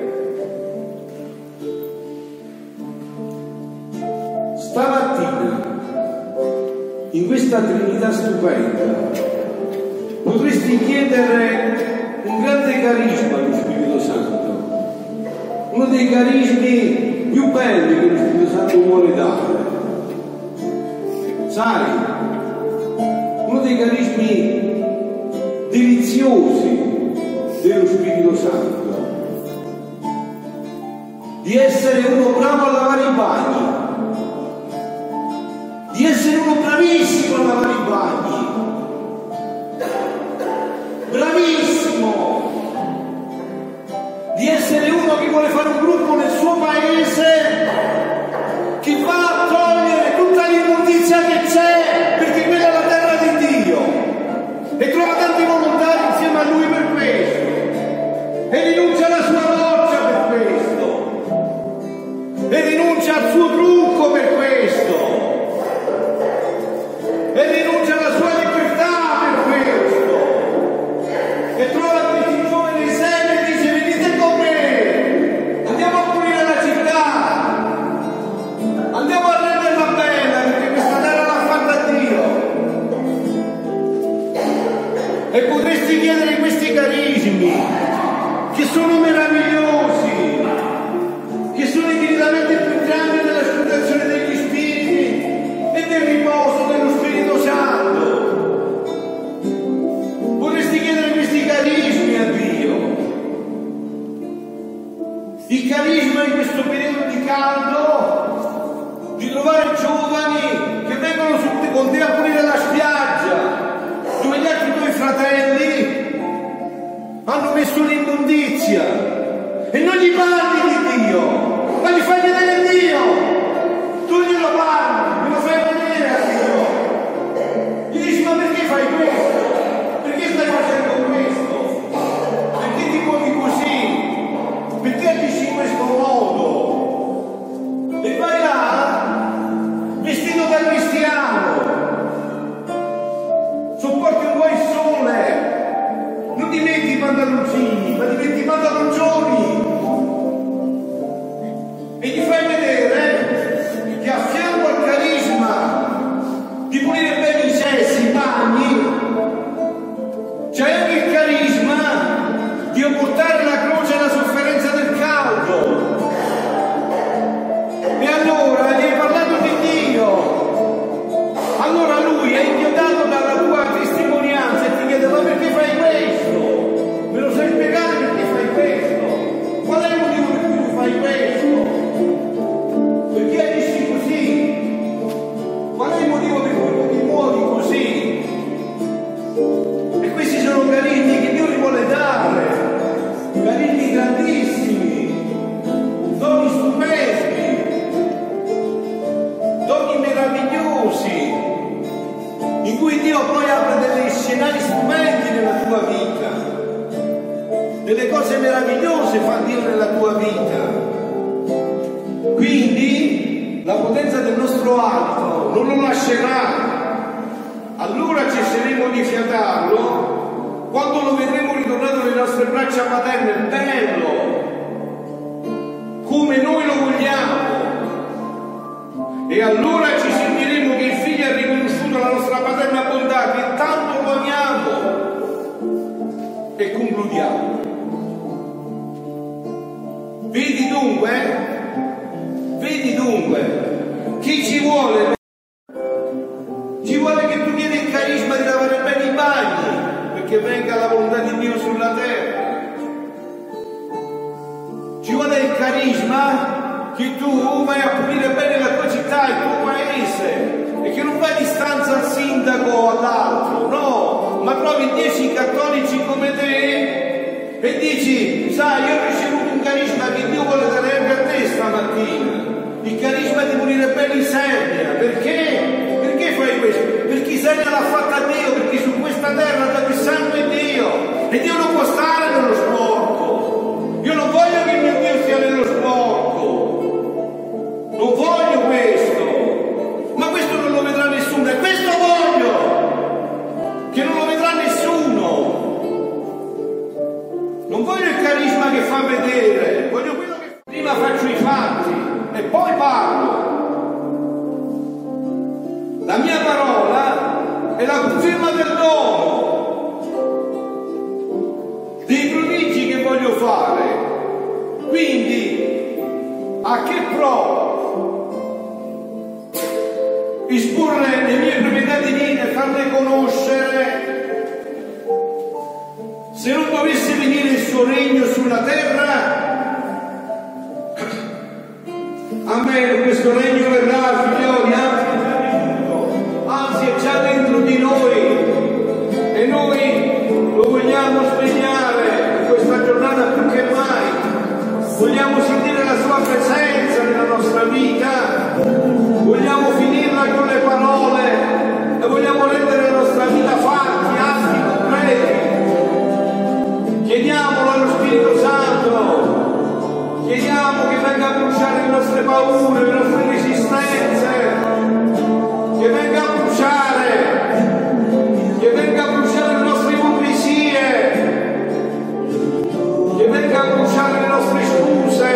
Stamattina, in questa Trinità stupenda, potresti chiedere un grande carisma allo Spirito Santo, uno dei carismi più belli che lo Spirito Santo vuole dare. Sai, uno dei carismi deliziosi dello Spirito Santo, di essere uno bravo a lavare i bagni, di essere uno bravissimo a lavare i bagni, bravissimo, di essere uno che vuole fare un gruppo nel suo paese, che va a togliere tutta l'immondizia che c'è, perché quella è la terra di Dio, e trova tanti volontari insieme a lui per questo, e rinuncia alla sua roccia per questo, e rinuncia al suo trucco per questo, e rinuncia alla sua libertà per questo, e trova questi giovani insieme e dice: venite con me, andiamo a pulire la città, andiamo a renderla bella, perché questa terra l'ha fatta Dio. E potresti chiedere questi carismi che sono meravigliosi, che sono infinitamente più grandi della circolazione degli spiriti e del riposo dello Spirito Santo. Potresti chiedere questi carismi a Dio. Il carisma in questo periodo di caldo, di trovare giovani che vengono su, con te a pulire la spiaggia, dove gli altri tuoi fratelli hanno messo l'immondizia, e non gli parli di Dio, ma gli fai vedere Dio. Tu glielo parli, glielo fai vedere a Dio. Gli dici: ma perché fai questo? Perché stai facendo questo? Perché ti muovi così? Perché agisci in questo modo? E vai là vestito da cristiano, sopporti un po' il sole, non ti metti i pantaloncini, ma ti metti i pantaloncioni, eccezionali strumenti nella tua vita, delle cose meravigliose fa Dio nella tua vita. Quindi la potenza del nostro alto non lo lascerà. Allora cesseremo di fiatarlo quando lo vedremo ritornato nelle nostre braccia materne, bello, come noi lo vogliamo. E allora ci sentiremo che il Figlio ha riconosciuto la nostra paterna bontà, che tanto lo amiamo. E concludiamo. Vedi dunque, vedi dunque, chi ci vuole? Ci vuole che tu chieda il carisma di lavare bene i bagni, perché venga la volontà di Dio sulla terra. Ci vuole il carisma che tu vai a pulire bene la tua città, il tuo paese, e che non vai di stanza al sindaco o all'altro, no, ma trovi dieci cattolici come te e dici, sai, io ho ricevuto un carisma che Dio vuole dare anche a te stamattina, il carisma di pulire bene Isernia. Perché? Perché fai questo? Perché Isernia l'ha fatta Dio, perché su questa terra dove il sangue è Dio, e Dio non può stare nello sporco. Io non voglio che il mio Dio sia nello sporco, non voglio questo, ma questo non lo vedrà nessuno, e questo voglio, che non lo vedrà nessuno. Non voglio il carisma che fa vedere, voglio quello che prima faccio i fatti e poi parlo. La mia parola è la conferma del dono, dei prodigi che voglio fare. Quindi a che pro esporre le mie proprietà divine e farle conoscere, se non dovesse venire il suo regno sulla terra? Amen, questo regno verrà, figlioli, anzi è già dentro di noi, e noi lo vogliamo svegliare in questa giornata più che mai. Vogliamo sentire la sua presenza nella nostra vita, vogliamo finirla con le parole e vogliamo rendere la nostra vita fatti, atti, concreti. Chiediamolo allo Spirito Santo, chiediamo che venga a bruciare le nostre paure, le nostre resistenze, che venga a bruciare, che venga a bruciare le nostre ipocrisie, che venga a bruciare le nostre scuse.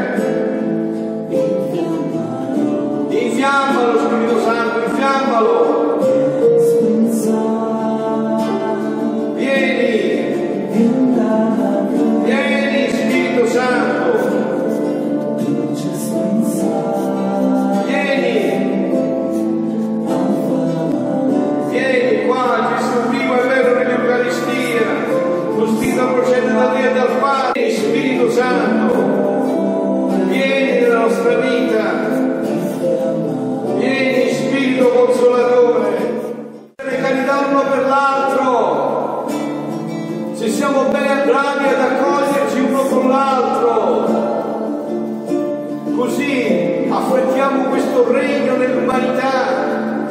Infiammalo, Spirito Santo, infiammalo. Vieni, vieni, Spirito Santo. Vieni, vieni qua, Gesù vivo e vero nell'Eucaristia. Lo Spirito procede da te e dal Padre. Spirito Santo, vieni nella nostra vita. Vieni, Spirito Consolatore, per carità l'uno per l'altro, se siamo ben bravi ad accoglierci uno con l'altro, così affrettiamo questo regno nell'umanità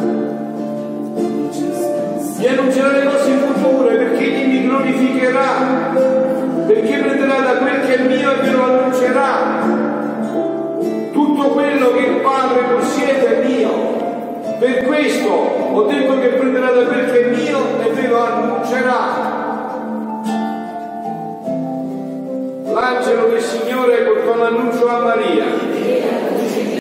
e annuncerà le cose future, perché Egli mi glorificherà, perché prenderà da quel che è mio e ve lo annuncerà. Tutto quello che il Padre possiede è mio. Per questo ho detto che prenderà da quel che è mio e ve lo annuncerà. L'angelo del Signore portò l'annuncio a Maria.